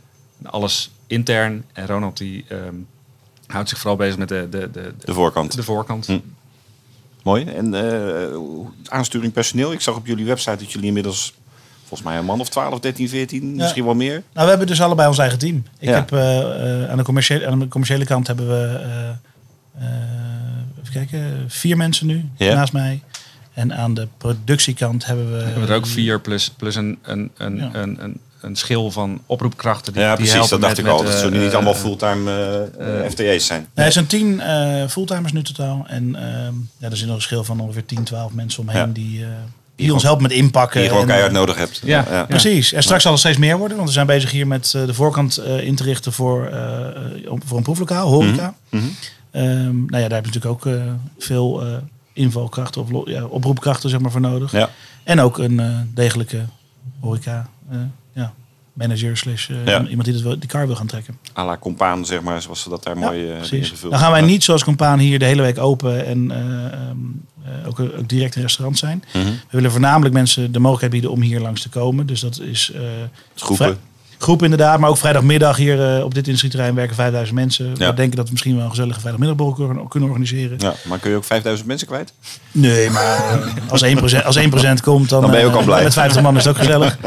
alles intern. En Ronald die um, houdt zich vooral bezig met de, de, de, De voorkant. de voorkant. Hm. Mooi. En uh, aansturing personeel. Ik zag op jullie website dat jullie inmiddels volgens mij een man of twaalf, dertien, veertien, Ja. misschien wel meer. Nou, we hebben dus allebei ons eigen team. Ik Ja. heb uh, uh, aan, de commerciële, aan de commerciële kant hebben we uh, uh, even kijken, vier mensen nu Ja. naast mij. En aan de productiekant hebben we... We hebben er ook vier plus, plus een, een, een, Ja. een, een, een schil van oproepkrachten. Die, Ja, die precies. helpen Dat dacht met- ik al. met, Dat ze uh, niet allemaal uh, fulltime uh, uh, F T E's zijn. Nee, er zijn tien uh, fulltimers nu totaal. En uh, ja, er zit nog een schil van ongeveer tien, twaalf mensen omheen Ja. die, uh, die ons helpen met inpakken. Die je gewoon en, keihard uh, nodig hebt. Ja. ja. Precies. En straks zal er steeds meer worden. Want we zijn bezig hier met uh, de voorkant uh, in te richten voor, uh, om- voor een proeflokaal, horeca. Mhm. Um, nou ja, daar heb je natuurlijk ook uh, veel uh, invalkrachten of lo- ja, oproepkrachten zeg maar, voor nodig. Ja. En ook een uh, degelijke horeca uh, ja, manager slash uh, Ja. iemand die dat wil, die kar wil gaan trekken. À la compaan, zeg maar, zoals ze dat daar mooi uh, hebben Precies. ingevuld. Dan gaan wij Ja. niet zoals Compaan hier de hele week open en uh, um, uh, ook, ook direct in restaurant zijn. Mhm. We willen voornamelijk mensen de mogelijkheid bieden om hier langs te komen. Dus dat is uh, Groepen. vrij- groepen inderdaad, maar ook vrijdagmiddag hier uh, op dit industrieterrein werken vijfduizend mensen. Ja. We denken dat we misschien wel een gezellige vrijdagmiddagborrel kunnen- kunnen organiseren. Ja, maar kun je ook vijfduizend mensen kwijt? Nee, maar uh, als één procent, als één procent komt, dan, Dan ben je ook al uh, blij. met vijftig man is het ook gezellig.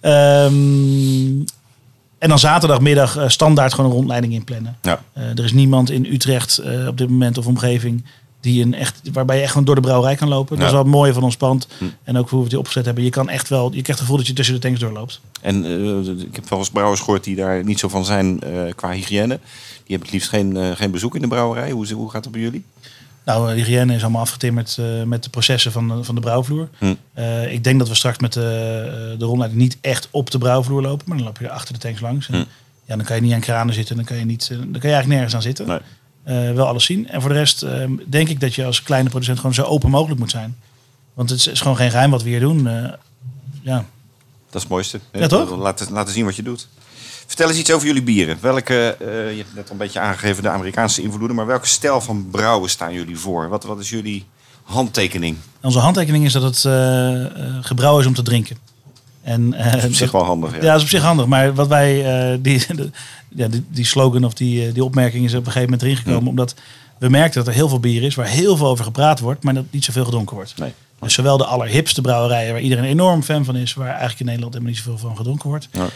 Ehm, en dan zaterdagmiddag uh, standaard gewoon een rondleiding inplannen. Ja. Uh, er is niemand in Utrecht uh, op dit moment of omgeving Die een echt, waarbij je echt gewoon door de brouwerij kan lopen. Ja. Dat is wel het mooie van ons pand. Hm. En ook hoe we het hier opgezet hebben. Je kan echt wel, je krijgt het gevoel dat je tussen de tanks doorloopt. En uh, ik heb wel eens brouwers gehoord die daar niet zo van zijn uh, qua hygiëne. Die hebben het liefst geen, uh, geen bezoek in de brouwerij. Hoe, hoe gaat dat bij jullie? Nou, de hygiëne is allemaal afgetimmerd uh, met de processen van de, van de brouwvloer. Hm. Uh, ik denk dat we straks met de, de rondleiding niet echt op de brouwvloer lopen. Maar dan loop je er achter de tanks langs. En, Hm. ja, dan kan je niet aan kranen zitten. Dan kan je, niet, dan kan je eigenlijk nergens aan zitten. Nee. Uh, wel alles zien. En voor de rest uh, denk ik dat je als kleine producent gewoon zo open mogelijk moet zijn. Want het is, is gewoon geen geheim wat we hier doen. Uh, ja. Dat is het mooiste. Ja, toch? Laten, laten zien wat je doet. Vertel eens iets over jullie bieren. Welke, uh, je hebt net al een beetje aangegeven de Amerikaanse invloeden. Maar welke stijl van brouwen staan jullie voor? Wat, wat is jullie handtekening? Onze handtekening is dat het uh, uh, gebrouwen is om te drinken. En, uh, Dat is op zich wel handig. Ja, ja, dat is op zich handig. Maar wat wij, uh, die, de, ja, die, die slogan of die, die opmerking is op een gegeven moment erin gekomen. Hmm. Omdat we merken dat er heel veel bier is waar heel veel over gepraat wordt. Maar dat niet zoveel gedronken wordt. Nee. Dus zowel de allerhipste brouwerijen waar iedereen enorm fan van is. Waar eigenlijk in Nederland helemaal niet zoveel van gedronken wordt. Ja.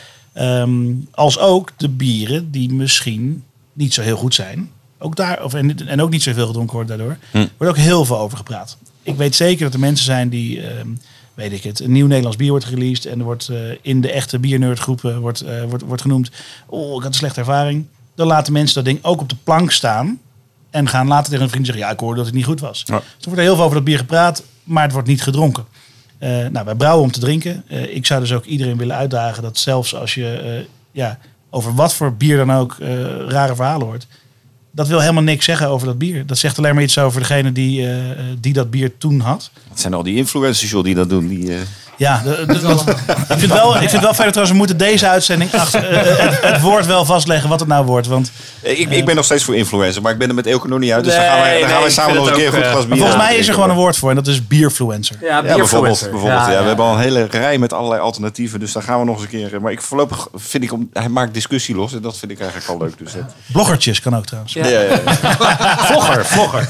Um, als ook de bieren die misschien niet zo heel goed zijn. Ook daar, of, en, en ook niet zoveel gedronken wordt daardoor. Hm. Wordt ook heel veel over gepraat. Ik weet zeker dat er mensen zijn die, um, weet ik het, een nieuw Nederlands bier wordt released. En er wordt uh, in de echte biernerdgroepen wordt, uh, wordt, wordt genoemd. Oh, ik had een slechte ervaring. Dan laten mensen dat ding ook op de plank staan. En gaan later tegen een vriend zeggen, ja, ik hoorde dat het niet goed was. Ja. Dus er wordt er heel veel over dat bier gepraat, maar het wordt niet gedronken. Uh, nou, wij brouwen om te drinken. Uh, ik zou dus ook iedereen willen uitdagen dat zelfs als je uh, ja, over wat voor bier dan ook uh, rare verhalen hoort. Dat wil helemaal niks zeggen over dat bier. Dat zegt alleen maar iets over degene die, uh, die dat bier toen had. Het zijn al die influencers joh, die dat doen. Die, uh... Ja, de, de, de, ik vind wel, ik vind wel verder trouwens, we moeten deze uitzending achter, uh, het, het woord wel vastleggen wat het nou wordt. Want, ik, uh, ik ben nog steeds voor influencer, maar ik ben er met Eelco nog niet uit. Dus Nee, dan gaan wij, dan nee, gaan wij ik samen vind nog een het keer ook, goed glas bier. maar volgens mij is er drinken, gewoon een maar- woord voor en dat is bierfluencer. Ja, Ja, bijvoorbeeld. bierfluencer. bijvoorbeeld ja, Ja, We ja. hebben al een hele rij met allerlei alternatieven. Dus daar gaan we nog eens een keer. Maar ik voorlopig vind ik, om, hij maakt discussie los. En dat vind ik eigenlijk al leuk. Dus dat... Bloggertjes kan ook trouwens. Ja. ja, ja, ja. Vlogger, vlogger.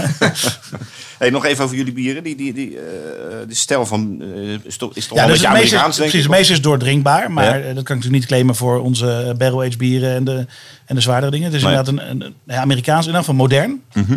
Hey, nog even over jullie bieren. Die, die, die, uh, de stijl van uh, is toch, is toch Ja, wel dus een het beetje meeste, is, Amerikaans, denk precies, ik. het meeste is doordrinkbaar. Maar Ja. eh, dat kan ik natuurlijk niet claimen voor onze barrel-aged bieren en de, en de zwaardere dingen. Het is Nee. inderdaad een, een, een Amerikaans, in ieder geval modern. Mhm.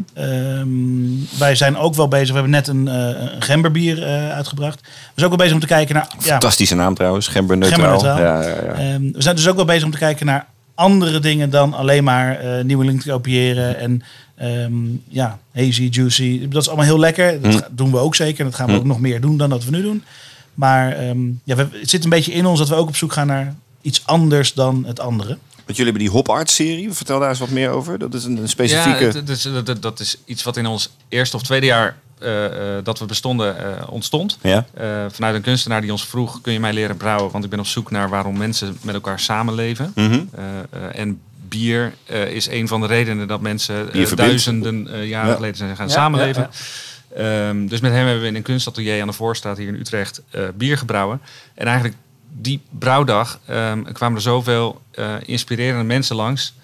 Um, wij zijn ook wel bezig. We hebben net een, uh, een gemberbier uh, uitgebracht. We zijn ook wel bezig om te kijken naar... Ja, Fantastische naam trouwens. Gember neutraal. Gember-neutraal. Ja, ja, ja. Um, we zijn dus ook wel bezig om te kijken naar andere dingen dan alleen maar uh, nieuwe link te kopiëren. En um, ja, hazy, juicy. Dat is allemaal heel lekker. Dat Hm. ga- doen we ook zeker. En dat gaan we Hm. ook nog meer doen dan dat we nu doen. Maar um, ja, we, het zit een beetje in ons dat we ook op zoek gaan naar iets anders dan het andere. Want jullie hebben die Hop Art serie. Vertel daar eens wat meer over. Dat is een, een specifieke... Ja, dat is, dat, dat is iets wat in ons eerste of tweede jaar uh, uh, dat we bestonden uh, ontstond. Ja? Uh, vanuit een kunstenaar die ons vroeg, kun je mij leren brouwen? Want ik ben op zoek naar waarom mensen met elkaar samenleven. Mhm. Uh, uh, en bier uh, is een van de redenen dat mensen uh, Bier verbindt. duizenden uh, jaren Ja. geleden zijn gaan Ja, samenleven. ja, Um, dus met hem hebben we in een kunstatelier aan de Voorstraat hier in Utrecht uh, bier gebrouwen. En eigenlijk die brouwdag um, kwamen er zoveel uh, inspirerende mensen langs.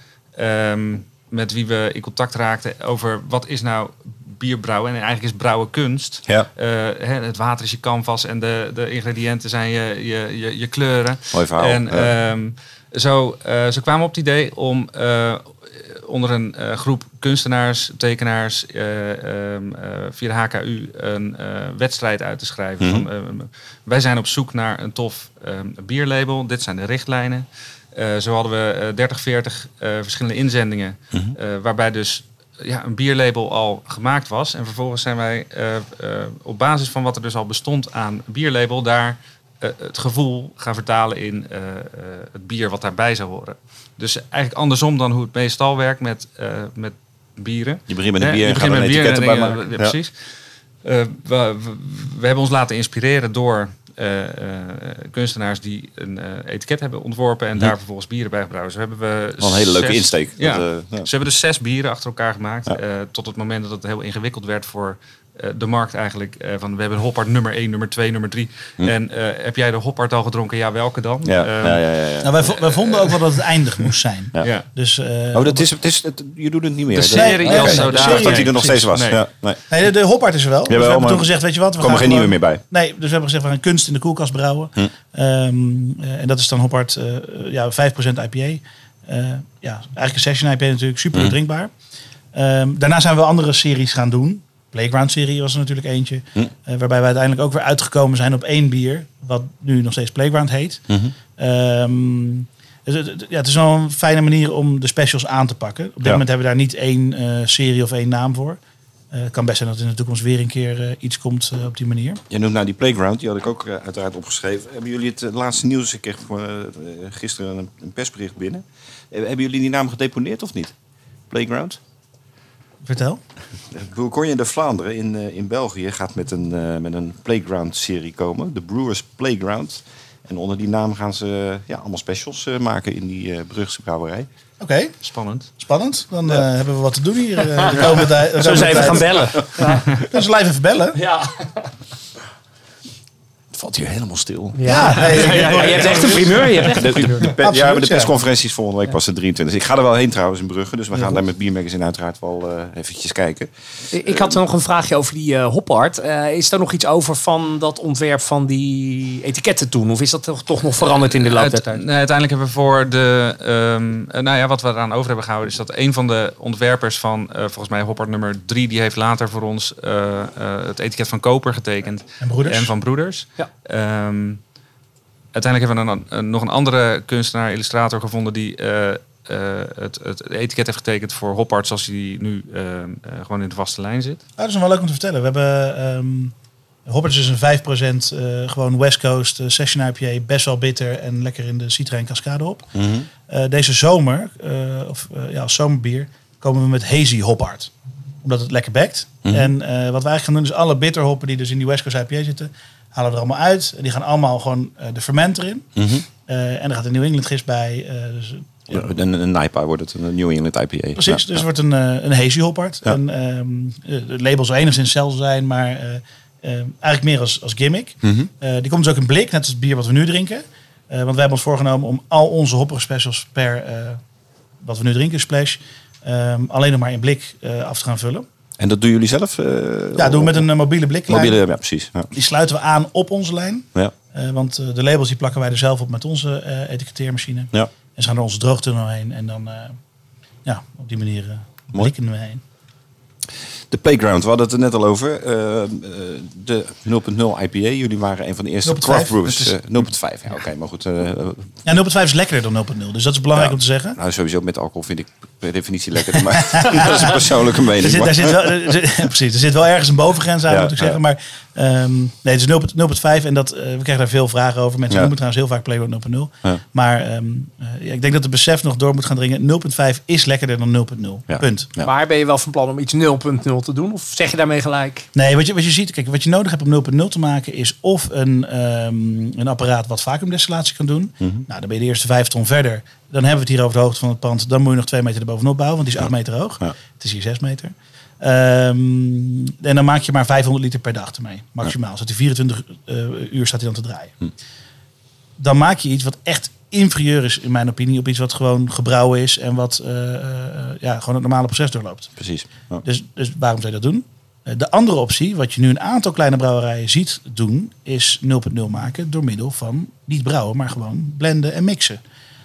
Um, met wie we in contact raakten over wat is nou bierbrouwen. En eigenlijk is brouwen kunst. Ja. Uh, hè, het water is je canvas en de, de ingrediënten zijn je, je, je, je kleuren. Mooi verhaal. En Ja. um, zo, uh, zo kwamen we op het idee om uh, onder een uh, groep kunstenaars, tekenaars uh, um, uh, via de H K U een uh, wedstrijd uit te schrijven. Mhm. Van, uh, wij zijn op zoek naar een tof um, bierlabel. Dit zijn de richtlijnen. Uh, zo hadden we uh, dertig, veertig uh, verschillende inzendingen. Mhm. Uh, waarbij dus ja, een bierlabel al gemaakt was. En vervolgens zijn wij uh, uh, op basis van wat er dus al bestond aan bierlabel daar uh, het gevoel gaan vertalen in uh, uh, het bier wat daarbij zou horen. Dus eigenlijk andersom dan hoe het meestal werkt met, uh, met bieren. Je begint met een Hè, bier je en gaat begint er een met bier etiket en erbij dingen, maken. ja, precies. Uh, we, we, we hebben ons laten inspireren door uh, uh, kunstenaars die een uh, etiket hebben ontworpen en Ja. daar vervolgens bieren bij gebrouwen. Zo hebben we Wel een hele leuke zes- insteek. Ja. Dat, uh, ja. Ze hebben dus zes bieren achter elkaar gemaakt. Ja. Uh, tot het moment dat het heel ingewikkeld werd voor uh, de markt eigenlijk. Uh, van we hebben Hoppard nummer één, nummer twee, nummer drie. Hm. En uh, heb jij de Hoppard al gedronken? Ja, welke dan? Ja, Uh, ja, ja, ja, ja. Nou, wij, vo- wij vonden ook wel dat het eindig moest zijn. Ja. ja. Dus, uh, Oh, dat is, het is, het, je doet het niet meer. De Dat- serie Nee, als oké. zodanig. De Ik dacht dat hij er nog precies. steeds was. Nee. Ja, nee. nee, de, de Hopart is er wel. Dus Jawel, we hebben maar toen gezegd, weet je wat? We Er komen gaan geen nieuwe gewoon- meer bij. Nee, dus we hebben gezegd, we gaan kunst in de koelkast brouwen. Hm. Um, uh, en dat is dan Hopart, uh, ja, vijf procent I P A. Uh, ja, eigenlijk een session I P A natuurlijk, super Hm. drinkbaar. Um, daarna zijn we andere series gaan doen. Playground-serie was er natuurlijk eentje. Hm. Uh, waarbij we uiteindelijk ook weer uitgekomen zijn op één bier. Wat nu nog steeds Playground heet. Mm-hmm. Um, dus het, ja, het is wel een fijne manier om de specials aan te pakken. Op dit Ja. moment hebben we daar niet één uh, serie of één naam voor. Uh, het kan best zijn dat er in de toekomst weer een keer uh, iets komt uh, op die manier. Je noemt nou die Playground, die had ik ook uh, uiteraard opgeschreven. Hebben jullie het uh, laatste nieuws? Ik kreeg uh, gisteren een, een persbericht binnen. Uh, hebben jullie die naam gedeponeerd of niet? Playground? Vertel. Bourgogne de Vlaanderen in, uh, in België gaat met een, uh, met een Playground-serie komen. De Brewers Playground. En onder die naam gaan ze uh, ja, allemaal specials uh, maken in die uh, Brugse brouwerij. Oké, okay. Spannend. Spannend. Dan ja. uh, hebben we wat te doen hier. Uh, de komende tijd. Zullen ze even gaan bellen? Ja. Kunnen ze live even bellen? Ja. Het valt hier helemaal stil. Ja, ja, ja, ja, ja, je hebt echt een primeur. Je hebt echt een primeur. De, de, de, Absoluut, ja, maar de ja. persconferentie is volgende week pas de drieëntwintig. Ik ga er wel heen trouwens in Brugge. Dus we gaan daar met Biermagazine uiteraard wel uh, eventjes kijken. Ik had nog een vraagje over die uh, hopart. Uh, is er nog iets over van dat ontwerp van die etiketten toen? Of is dat toch, toch nog veranderd in de loop der tijd? Uit, nee, uiteindelijk hebben we voor de... Um, nou ja, wat we eraan over hebben gehouden... is dat een van de ontwerpers van... Uh, volgens mij Hoppart nummer drie... die heeft later voor ons uh, uh, het etiket van Koper getekend. En Broeders. En van Broeders. Ja. Um, uiteindelijk hebben we dan een, nog een andere kunstenaar, illustrator gevonden... die uh, uh, het, het etiket heeft getekend voor Hoppart... zoals hij nu uh, uh, gewoon in de vaste lijn zit. Ah, dat is nog wel leuk om te vertellen. We hebben... Um, Hoppart is dus een vijf procent uh, gewoon West Coast uh, Session I P A. Best wel bitter en lekker in de Citra en Cascade op. Mm-hmm. Uh, deze zomer, uh, of uh, ja, als zomerbier, komen we met Hazy Hoppart. Omdat het lekker bekt. Mm-hmm. En uh, wat wij eigenlijk gaan doen is alle bitterhoppen die dus in die West Coast I P A zitten... halen we er allemaal uit. En die gaan allemaal gewoon uh, de ferment erin. Mm-hmm. Uh, en er gaat een New England gist bij. Uh, dus, Ja, een, een N I P A wordt het, een New England I P A. precies, Ja, dus ja. het wordt een, uh, een Hazy Hoppart. Ja. En um, het label zal enigszins hetzelfde zijn, maar uh, uh, eigenlijk meer als, als gimmick. Mm-hmm. Uh, die komt dus ook in blik, net als het bier wat we nu drinken. Uh, want wij hebben ons voorgenomen om al onze hoppige specials per uh, wat we nu drinken, splash, um, alleen nog maar in blik uh, af te gaan vullen. En dat doen jullie zelf? Uh, Ja, doen we met een uh, mobiele bliklijn. Mobiele, ja, precies. Ja. Die sluiten we aan op onze lijn. Ja. Uh, want uh, de labels die plakken wij er zelf op met onze uh, etiketteermachine. Ja. En ze gaan er onze droogtunnel heen. En dan, uh, ja, op die manier uh, blikken we heen. De Playground, we hadden het er net al over. Uh, uh, de nul punt nul I P A, jullie waren een van de eerste nul punt vijf. craft brewers. Het is- Uh, nul punt vijf, ja, oké, okay, maar goed. Uh, Ja, nul punt vijf is lekkerder dan nul punt nul. Dus dat is belangrijk Ja. om te zeggen. nou, sowieso met alcohol vind ik per definitie lekker. Maar dat is een persoonlijke mening. Er zit, maar- daar zit wel, er zit- ja, precies, er zit wel ergens een bovengrens aan, Ja, moet ik ja. zeggen. Maar um, nee, het is nul punt vijf en dat, uh, we krijgen daar veel vragen over. Mensen Ja. noemen trouwens heel vaak Playground nul punt nul. Ja. Maar um, uh, ja, ik denk dat het besef nog door moet gaan dringen. nul punt vijf is lekkerder dan nul punt nul. Ja. Punt. Ja. Maar ben je wel van plan om iets nul punt nul te doen? Of zeg je daarmee gelijk? Nee, wat je, wat je ziet, kijk, wat je nodig hebt om nul punt nul te maken is of een, um, een apparaat wat vacuümdestillatie kan doen. Mm-hmm. Nou, dan ben je de eerste vijf ton verder. Dan hebben we het hier over de hoogte van het pand. Dan moet je nog twee meter erbovenop bouwen, want die is acht meter hoog. Ja. Het is hier zes meter. Um, en dan maak je maar vijfhonderd liter per dag ermee. Maximaal. Zodat die vierentwintig uh, uur staat hij dan te draaien. Hm. Dan maak je iets wat echt inferieur is, in mijn opinie, op iets wat gewoon gebrouwen is en wat uh, uh, ja, gewoon het normale proces doorloopt. Precies. Ja. Dus, dus waarom zou je dat doen? Uh, De andere optie, wat je nu een aantal kleine brouwerijen ziet doen, is nul punt nul maken door middel van niet brouwen, maar gewoon blenden en mixen.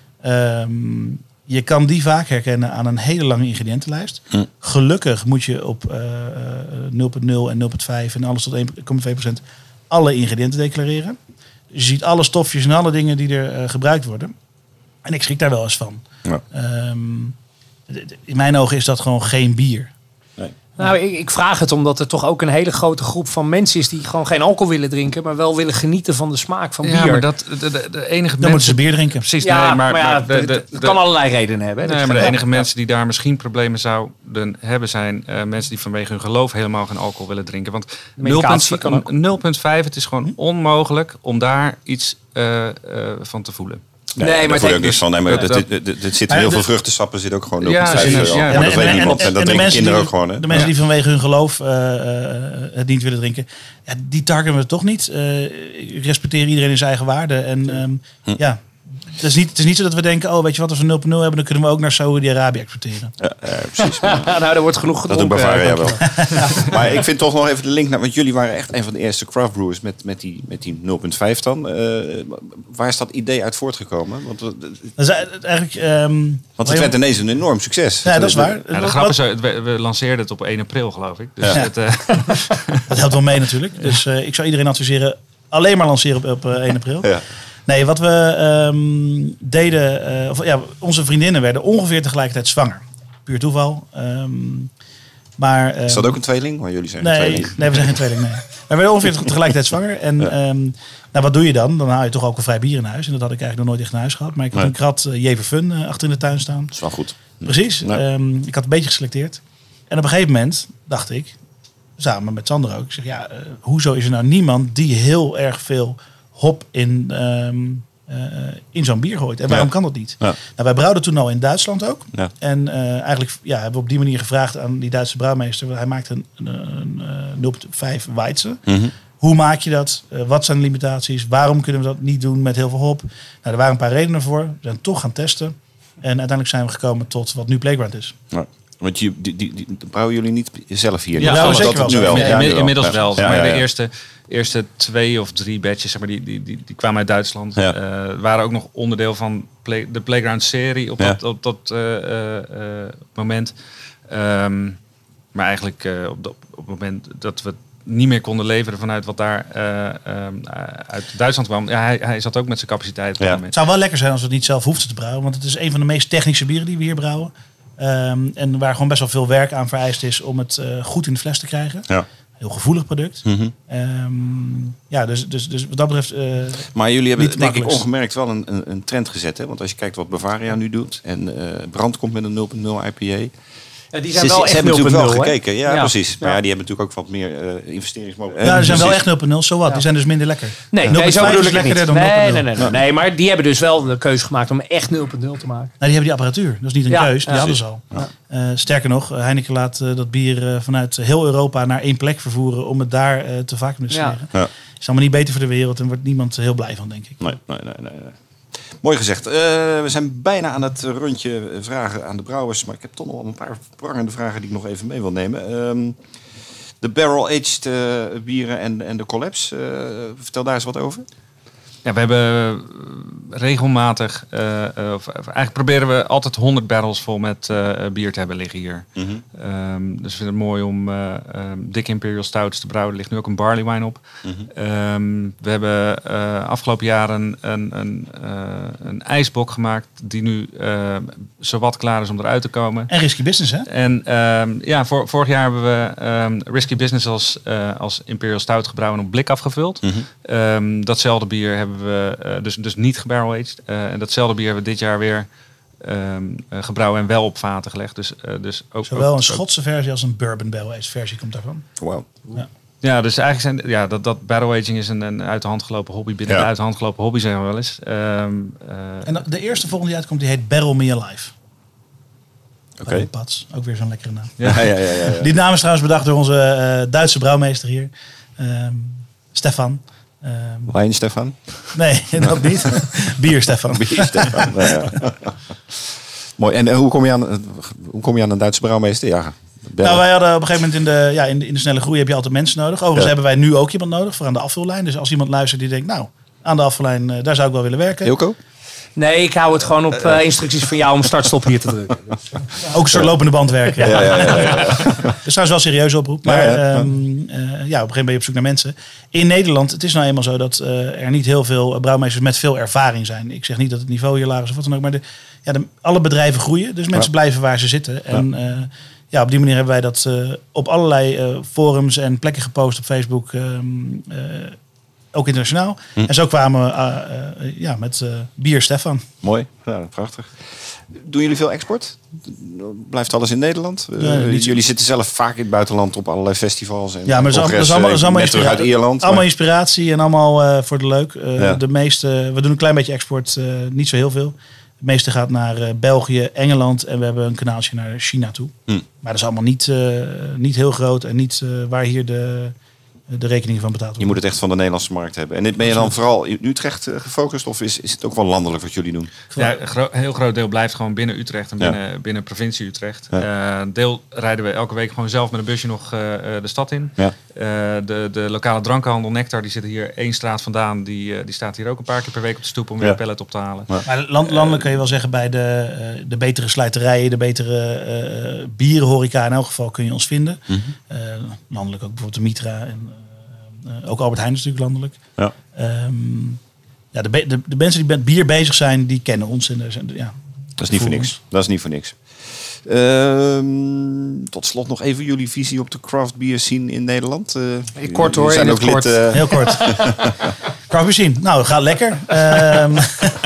Um, je kan die vaak herkennen aan een hele lange ingrediëntenlijst. Hm. Gelukkig moet je op uh, nul punt nul en nul punt vijf en alles tot één komma twee procent alle ingrediënten declareren. Dus je ziet alle stofjes en alle dingen die er uh, gebruikt worden. En ik schrik daar wel eens van. Ja. Um, d- d- in mijn ogen is dat gewoon geen bier. Nou, ik, ik vraag het omdat er toch ook een hele grote groep van mensen is die gewoon geen alcohol willen drinken, maar wel willen genieten van de smaak van bier. Ja, maar dat, de, de, de enige Dan mensen... moeten ze bier drinken. Precies, Ja, nee, maar, maar, ja, maar de, het- de, het de- kan allerlei redenen hebben. Hè? Nee, Dat maar de is- enige ja. mensen die daar misschien problemen zouden hebben zijn uh, mensen die vanwege hun geloof helemaal geen alcohol willen drinken. Want medicatie kan ook. nul komma vijf, het is gewoon onmogelijk om daar iets uh, uh, van te voelen. Nee, Nee, maar daar voel je ook het- niks van. Nee, maar dat- dit- dit- dit- dit zit Maar heel de- veel vruchtensappen zit ook gewoon nul Ja, komma vijf. precies, al. ja. Maar En- dat weet en- niemand. en- En dat en de drinken mensen kinderen die- ook gewoon. Hè? De mensen die vanwege hun geloof uh, uh, het niet willen drinken, ja, die targeten we toch niet. Uh, ik respecteer iedereen in zijn eigen waarde. En um, Hm. ja, het, is niet, het is niet zo dat we denken, oh weet je wat, als we nul punt nul hebben, dan kunnen we ook naar Saudi-Arabië exporteren. Ja, uh, precies. nou, er wordt genoeg Dat gedronken. doet Bavaria wel. Maar ik vind toch nog even de link naar... Want jullie waren echt een van de eerste craft brewers met, met die, met die nul punt vijf dan. Uh, waar is dat idee uit voortgekomen? Want, uh, Dat is eigenlijk... Um, want het werd ineens een enorm succes. Ja, dat is waar. Ja, de grap is, we, we lanceerden het op één april, geloof ik. Dus ja. het, uh... dat helpt wel mee natuurlijk. Dus uh, ik zou iedereen adviseren, alleen maar lanceren op, op uh, één april. Ja. Nee, wat we um, deden... Uh, of, ja, onze vriendinnen werden ongeveer tegelijkertijd zwanger. Puur toeval. Um, maar, um, is dat ook een tweeling? Maar jullie zijn nee, een tweeling. Nee, we zijn geen tweeling. Nee. We werden ongeveer tegelijkertijd zwanger. En ja. um, nou, wat doe je dan? Dan haal je toch ook een vrij bier in huis. En dat had ik eigenlijk nog nooit echt in huis gehad. Maar ik had nee. een krat uh, Jever Fun uh, achter in de tuin staan. Dat is wel goed. Precies. Nee. Um, ik had een beetje geselecteerd. En op een gegeven moment dacht ik, samen met Sander ook, ik zeg ja, uh, hoezo is er nou niemand die heel erg veel hop in, um, uh, in zo'n bier gooit? En waarom ja. kan dat niet? Ja. Nou, wij brouwden toen al in Duitsland ook. Ja. En uh, eigenlijk ja, hebben we op die manier gevraagd aan die Duitse brouwmeester. Hij maakte een, een, een, een nul punt vijf Weizen. Mm-hmm. Hoe maak je dat? Uh, wat zijn de limitaties? Waarom kunnen we dat niet doen met heel veel hop? Nou, er waren een paar redenen voor. We zijn toch gaan testen. En uiteindelijk zijn we gekomen tot wat nu Playground is. Ja. Want je, die, die, die, brouwen jullie niet zelf hier? Ja, ja zeker wel. Nu wel. Ja, ja, inmiddels wel. Ja, maar ja, ja. de eerste, eerste twee of drie batches, zeg maar, die, die, die, die kwamen uit Duitsland. Ja. Uh, waren ook nog onderdeel van play, de Playground-serie op dat, ja. op dat uh, uh, moment. Um, maar eigenlijk uh, op, de, op het moment dat we niet meer konden leveren vanuit wat daar uh, um, uit Duitsland kwam. Ja, hij, hij zat ook met zijn capaciteit. Ja. Het zou wel lekker zijn als we het niet zelf hoefden te brouwen. Want het is een van de meest technische bieren die we hier brouwen. Um, en waar gewoon best wel veel werk aan vereist is om het uh, goed in de fles te krijgen. Ja. Heel gevoelig product. Mm-hmm. Um, ja, dus, dus, dus wat dat betreft... Uh, maar jullie hebben denk ik ongemerkt wel een, een, een trend gezet. Hè? Want als je kijkt wat Bavaria nu doet en uh, Brand komt met een nul punt nul I P A... Ja, die zijn ze, wel ze echt hebben natuurlijk wel nul, gekeken. Ja, ja, precies. Maar ja. ja, die hebben natuurlijk ook wat meer uh, investeringsmogelijkheden. Ja, die zijn precies. wel echt nul punt nul. Zo wat. Ja. Die zijn dus minder lekker. Nee, nee zo bedoel ik het niet. Dan nee, nee, nee, nee, nee, maar die hebben dus wel de keuze gemaakt om echt nul punt nul te maken. Nou, die hebben die apparatuur. Dat is niet een ja, keus. Die ja, hadden ze al. Ja. Uh, sterker nog, Heineken laat uh, dat bier uh, vanuit heel Europa naar één plek vervoeren om het daar uh, te vacuumdestilleren. Ja. Ja. Is allemaal niet beter voor de wereld en wordt niemand heel blij van, denk ik. Nee, nee, nee, nee. nee. Mooi gezegd. Uh, we zijn bijna aan het rondje vragen aan de brouwers. Maar ik heb toch nog een paar prangende vragen die ik nog even mee wil nemen. Um, de barrel-aged uh, bieren en, en de collapse. Uh, vertel daar eens wat over. Ja, we hebben regelmatig, uh, uh, of eigenlijk proberen we altijd honderd barrels vol met uh, bier te hebben liggen hier. Mm-hmm. Um, dus we vinden het mooi om uh, um, Dick Imperial Stouts te brouwen. Er ligt nu ook een barley wine op. Mm-hmm. Um, we hebben uh, afgelopen jaren een, een, uh, een ijsbok gemaakt die nu uh, zowat klaar is om eruit te komen. En Risky Business, hè? En um, ja, voor, vorig jaar hebben we um, Risky Business als, uh, als Imperial Stout gebrouwen op blik afgevuld. Mm-hmm. Um, datzelfde bier hebben we uh, dus, dus niet gebarrel-aged. Uh, en datzelfde bier hebben we dit jaar weer um, uh, gebrouwen en wel op vaten gelegd. Dus, uh, dus ook, Zowel ook, een Schotse versie als een bourbon barrel-aged versie komt daarvan. Wow. Ja. Ja, dus eigenlijk zijn ja, dat, dat barrel-aging is een, een uit de hand gelopen hobby. Binnen ja. de uit de hand gelopen hobby zeggen we wel eens. Um, uh, en de eerste volgende die uitkomt, die heet Barrel Me Alive. Oké. Okay. Pats, ook weer zo'n lekkere naam. Ja, ja, ja, ja, ja. Die naam is trouwens bedacht door onze uh, Duitse brouwmeester hier. Um, Stefan. Um, Wijn Stefan? Nee, dat niet. Bier Stefan. Bier Stefan. Nou, ja. Mooi. En uh, hoe, kom je aan, uh, hoe kom je aan een Duitse brouwmeester? Ja, nou, wij hadden op een gegeven moment in de, ja, in de, in de snelle groei heb je altijd mensen nodig. Overigens ja. hebben wij nu ook iemand nodig voor aan de afvullijn. Dus als iemand luistert die denkt, nou, aan de afvullijn, uh, daar zou ik wel willen werken. Hilco? Nee, ik hou het gewoon op uh, instructies van jou om start-stop hier te drukken. Dus. Ook een soort lopende band werken. Ja, ja, ja, ja, ja. Dus trouwens wel een serieuze oproep. Maar ja, ja. Um, uh, ja, op een gegeven moment ben je op zoek naar mensen. In Nederland, het is nou eenmaal zo dat uh, er niet heel veel brouwmeesters met veel ervaring zijn. Ik zeg niet dat het niveau hier laag is of wat dan ook. Maar de, ja, de, alle bedrijven groeien. Dus mensen ja. blijven waar ze zitten. En ja. Uh, ja, op die manier hebben wij dat uh, op allerlei uh, forums en plekken gepost op Facebook. Um, uh, Ook internationaal. Hm. En zo kwamen we uh, uh, ja, met uh, Bier Stefan. Mooi, ja, prachtig. Doen jullie veel export? Blijft alles in Nederland? Ja, uh, jullie zitten zelf vaak in het buitenland op allerlei festivals. En ja, maar dat is allemaal, is allemaal inspiratie. Uit Ierland. Allemaal maar... inspiratie en allemaal uh, voor de leuk. Uh, ja. De meeste, we doen een klein beetje export, uh, niet zo heel veel. Het meeste gaat naar uh, België, Engeland en we hebben een kanaaltje naar China toe. Hm. Maar dat is allemaal niet, uh, niet heel groot en niet uh, waar hier de... de rekeningen van betaald Je worden. moet het echt van de Nederlandse markt hebben. En dit ben je dan vooral in Utrecht uh, gefocust? Of is, is het ook wel landelijk wat jullie doen? Ja, een gro- heel groot deel blijft gewoon binnen Utrecht en binnen, ja. binnen provincie Utrecht. Ja. Uh, deel rijden we elke week gewoon zelf met een busje nog uh, de stad in. Ja. Uh, de, de lokale drankenhandel Nectar, die zit hier één straat vandaan. Die, uh, die staat hier ook een paar keer per week op de stoep om weer Ja. een pallet op te halen. Ja. Maar land, landelijk kun je wel zeggen bij de, uh, de betere slijterijen, de betere uh, bierenhoreca in elk geval kun je ons vinden. Mm-hmm. Uh, landelijk ook bijvoorbeeld de Mitra en uh, uh, ook Albert Heijn is natuurlijk landelijk. Ja. Um, ja, de, be- de, de mensen die met bier bezig zijn, die kennen ons. En er zijn, ja, Dat is niet voor niks. Dat is niet voor niks. Uh, tot slot nog even jullie visie op de craft beer scene in Nederland. Uh, Kort hoor, jullie zijn in ook het kort. lid, uh, heel kort. Craft beer scene. Nou, gaat lekker. Um,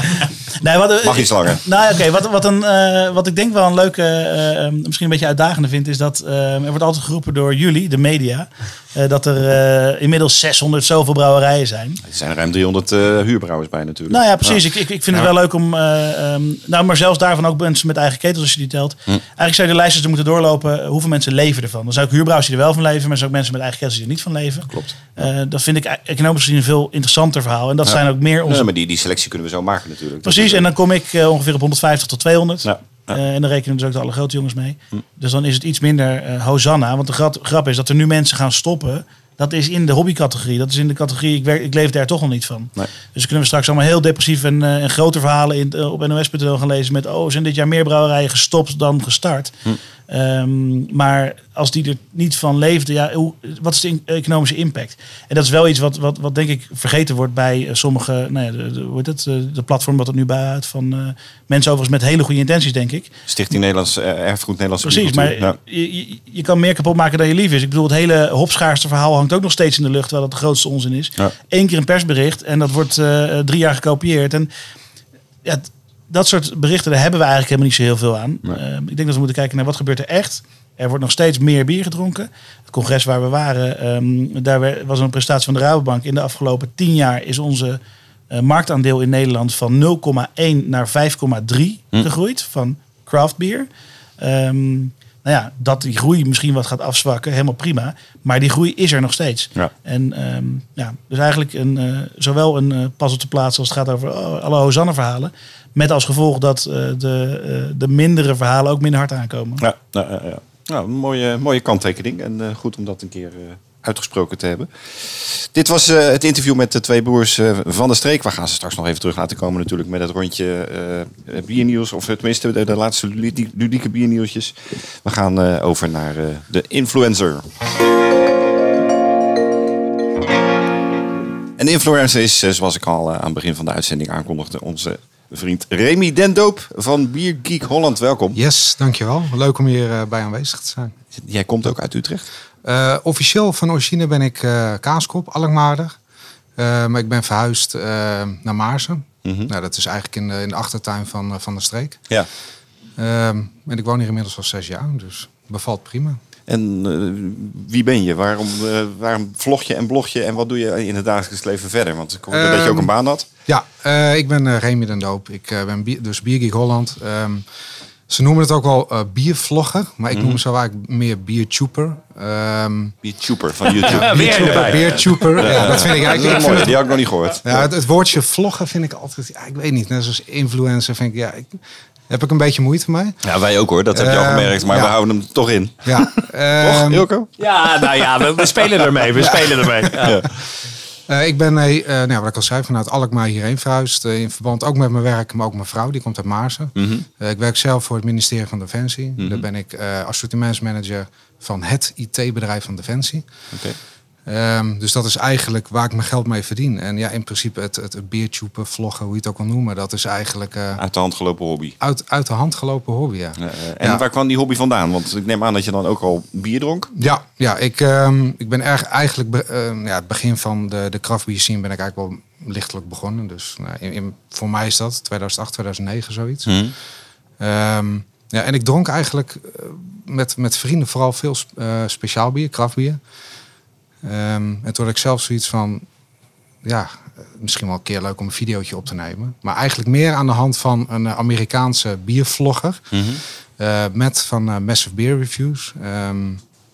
nee, wat, Mag iets langer. Nou, oké. Okay, wat, wat, een, uh, wat ik denk wel een leuke, uh, misschien een beetje uitdagende vind, is dat uh, er wordt altijd geroepen door jullie, de media, uh, dat er uh, inmiddels zeshonderd zoveel brouwerijen zijn. Er zijn ruim driehonderd uh, huurbrouwers bij natuurlijk. Nou ja, precies. Ja. Ik, ik, ik vind het wel leuk om, uh, um, nou, maar zelfs daarvan ook mensen met eigen ketels als je die telt. Hm. Eigenlijk zou je de lijstjes er moeten doorlopen. Uh, hoeveel mensen leven ervan? Dan zou ik huurbrouwers die er wel van leven, maar er zijn ook mensen met eigen ketels die er niet van leven. Klopt. Uh, dat vind ik economisch gezien een veel interessanter verhaal. En dat ja. zijn ook meer onze... Nee, maar die, die selectie kunnen we zo maken natuurlijk. Precies, en dan kom ik uh, ongeveer op honderdvijftig tot tweehonderd. Ja. Ja. Uh, en dan rekenen dus ook de alle grote jongens mee. Hm. Dus dan is het iets minder uh, Hosanna. Want de grap, grap is dat er nu mensen gaan stoppen. Dat is in de hobbycategorie. Dat is in de categorie, ik, werk, ik leef daar toch nog niet van. Nee. Dus kunnen we straks allemaal heel depressief en, uh, en grote verhalen in, uh, op N O S punt n l gaan lezen met... oh, zijn dit jaar meer brouwerijen gestopt dan gestart? Hm. Um, maar als die er niet van leefden, ja, hoe, wat is de in, economische impact? En dat is wel iets wat, wat, wat denk ik vergeten wordt bij uh, sommige, nou ja, de, de, hoe heet het, de, de platform wat er nu bijhoudt van uh, mensen overigens met hele goede intenties, denk ik. Stichting Nederlands uh, Erfgoed Nederlandse Precies, maar ja. je, je, je kan meer kapot maken dan je lief is. Ik bedoel, het hele hopschaarste verhaal hangt ook nog steeds in de lucht, terwijl dat de grootste onzin is. Ja. Eén keer een persbericht en dat wordt uh, drie jaar gekopieerd. En ja, dat soort berichten, daar hebben we eigenlijk helemaal niet zo heel veel aan. Nee. Uh, ik denk dat we moeten kijken naar wat gebeurt er echt. Er wordt nog steeds meer bier gedronken. Het congres waar we waren, um, daar was een prestatie van de Rabobank. In de afgelopen tien jaar is onze uh, marktaandeel in Nederland van nul komma één naar vijf komma drie hm. gegroeid van craft beer. Um, nou ja, dat die groei misschien wat gaat afzwakken, helemaal prima. Maar die groei is er nog steeds. Ja. En um, ja, dus eigenlijk een, uh, zowel een uh, pas op de plaats als het gaat over oh, alle Hosanna-verhalen. Met als gevolg dat uh, de, uh, de mindere verhalen ook minder hard aankomen. Ja, ja, ja. Nou, een mooie, mooie kanttekening. En uh, goed om dat een keer uh, uitgesproken te hebben. Dit was uh, het interview met de twee broers uh, van de streek. We gaan ze straks nog even terug laten komen natuurlijk met het rondje uh, biernieuws. Of tenminste de, de laatste ludieke biernieuwsjes. We gaan uh, over naar uh, de influencer. En de influencer is, uh, zoals ik al uh, aan het begin van de uitzending aankondigde, onze vriend Remy Den Doop van Bier Geek Holland. Welkom. Yes, dankjewel. Leuk om hier uh, bij aanwezig te zijn. Jij komt ook uit Utrecht? Uh, officieel van origine ben ik uh, Kaaskop, Alkmaarder. Uh, maar ik ben verhuisd uh, naar Maarsen. Mm-hmm. Nou, dat is eigenlijk in de, in de achtertuin van, uh, van de streek. Ja. Uh, en ik woon hier inmiddels al zes jaar, dus bevalt prima. En uh, wie ben je? Waarom, uh, waarom vlog je en blog je? En wat doe je in het dagelijks leven verder? Want ik hoorde um, dat je ook een baan had. Ja, uh, ik ben uh, Remy Den Doop. Ik uh, ben bier, dus Bier Geek Holland. Um, ze noemen het ook wel uh, biervlogger. Maar ik mm. noem het zo eigenlijk meer biertuber. Um, biertuber van YouTube. Ja, biertuber. Biertuber. Ja, ja, dat vind ik eigenlijk... Dat is mooi, die had ik nog niet gehoord. Ja, het, het woordje vloggen vind ik altijd... Ja, ik weet niet, net zoals influencer vind ik... Ja, ik, heb ik een beetje moeite mee. Ja, wij ook hoor. Dat heb je uh, al gemerkt. Maar ja. we houden hem toch in. Ja. Toch, um, Ilko? Ja, nou ja, we, we spelen ermee. We ja. spelen ermee. Ja. Ja. Uh, ik ben, uh, nou, wat ik al zei, vanuit Alkmaar hierheen verhuisd. Uh, in verband ook met mijn werk, maar ook mijn vrouw. Die komt uit Maarsen. Mm-hmm. Uh, ik werk zelf voor het ministerie van Defensie. Mm-hmm. Daar ben ik uh, assortimentsmanager van het I T-bedrijf van Defensie. Okay. Um, dus dat is eigenlijk waar ik mijn geld mee verdien. En ja, in principe het, het, het beertuben, vloggen, hoe je het ook wil noemen. Dat is eigenlijk... Uh, uit de hand gelopen hobby. Uit, uit de hand gelopen hobby, ja. Uh, uh, en ja. waar kwam die hobby vandaan? Want ik neem aan dat je dan ook al bier dronk. Ja, ja ik, um, ik ben erg eigenlijk... Be, uh, ja, het begin van de, de craftbeer scene ben ik eigenlijk wel lichtelijk begonnen. Dus nou, in, in, voor mij is dat tweeduizend acht, tweeduizend negen zoiets. Mm. Um, ja, en ik dronk eigenlijk uh, met, met vrienden vooral veel uh, speciaal bier, craftbier. Um, en toen had ik zelf zoiets van, ja, misschien wel een keer leuk om een videootje op te nemen. Maar eigenlijk meer aan de hand van een Amerikaanse biervlogger. Mm-hmm. Uh, met van uh, Massive Beer Reviews. Um,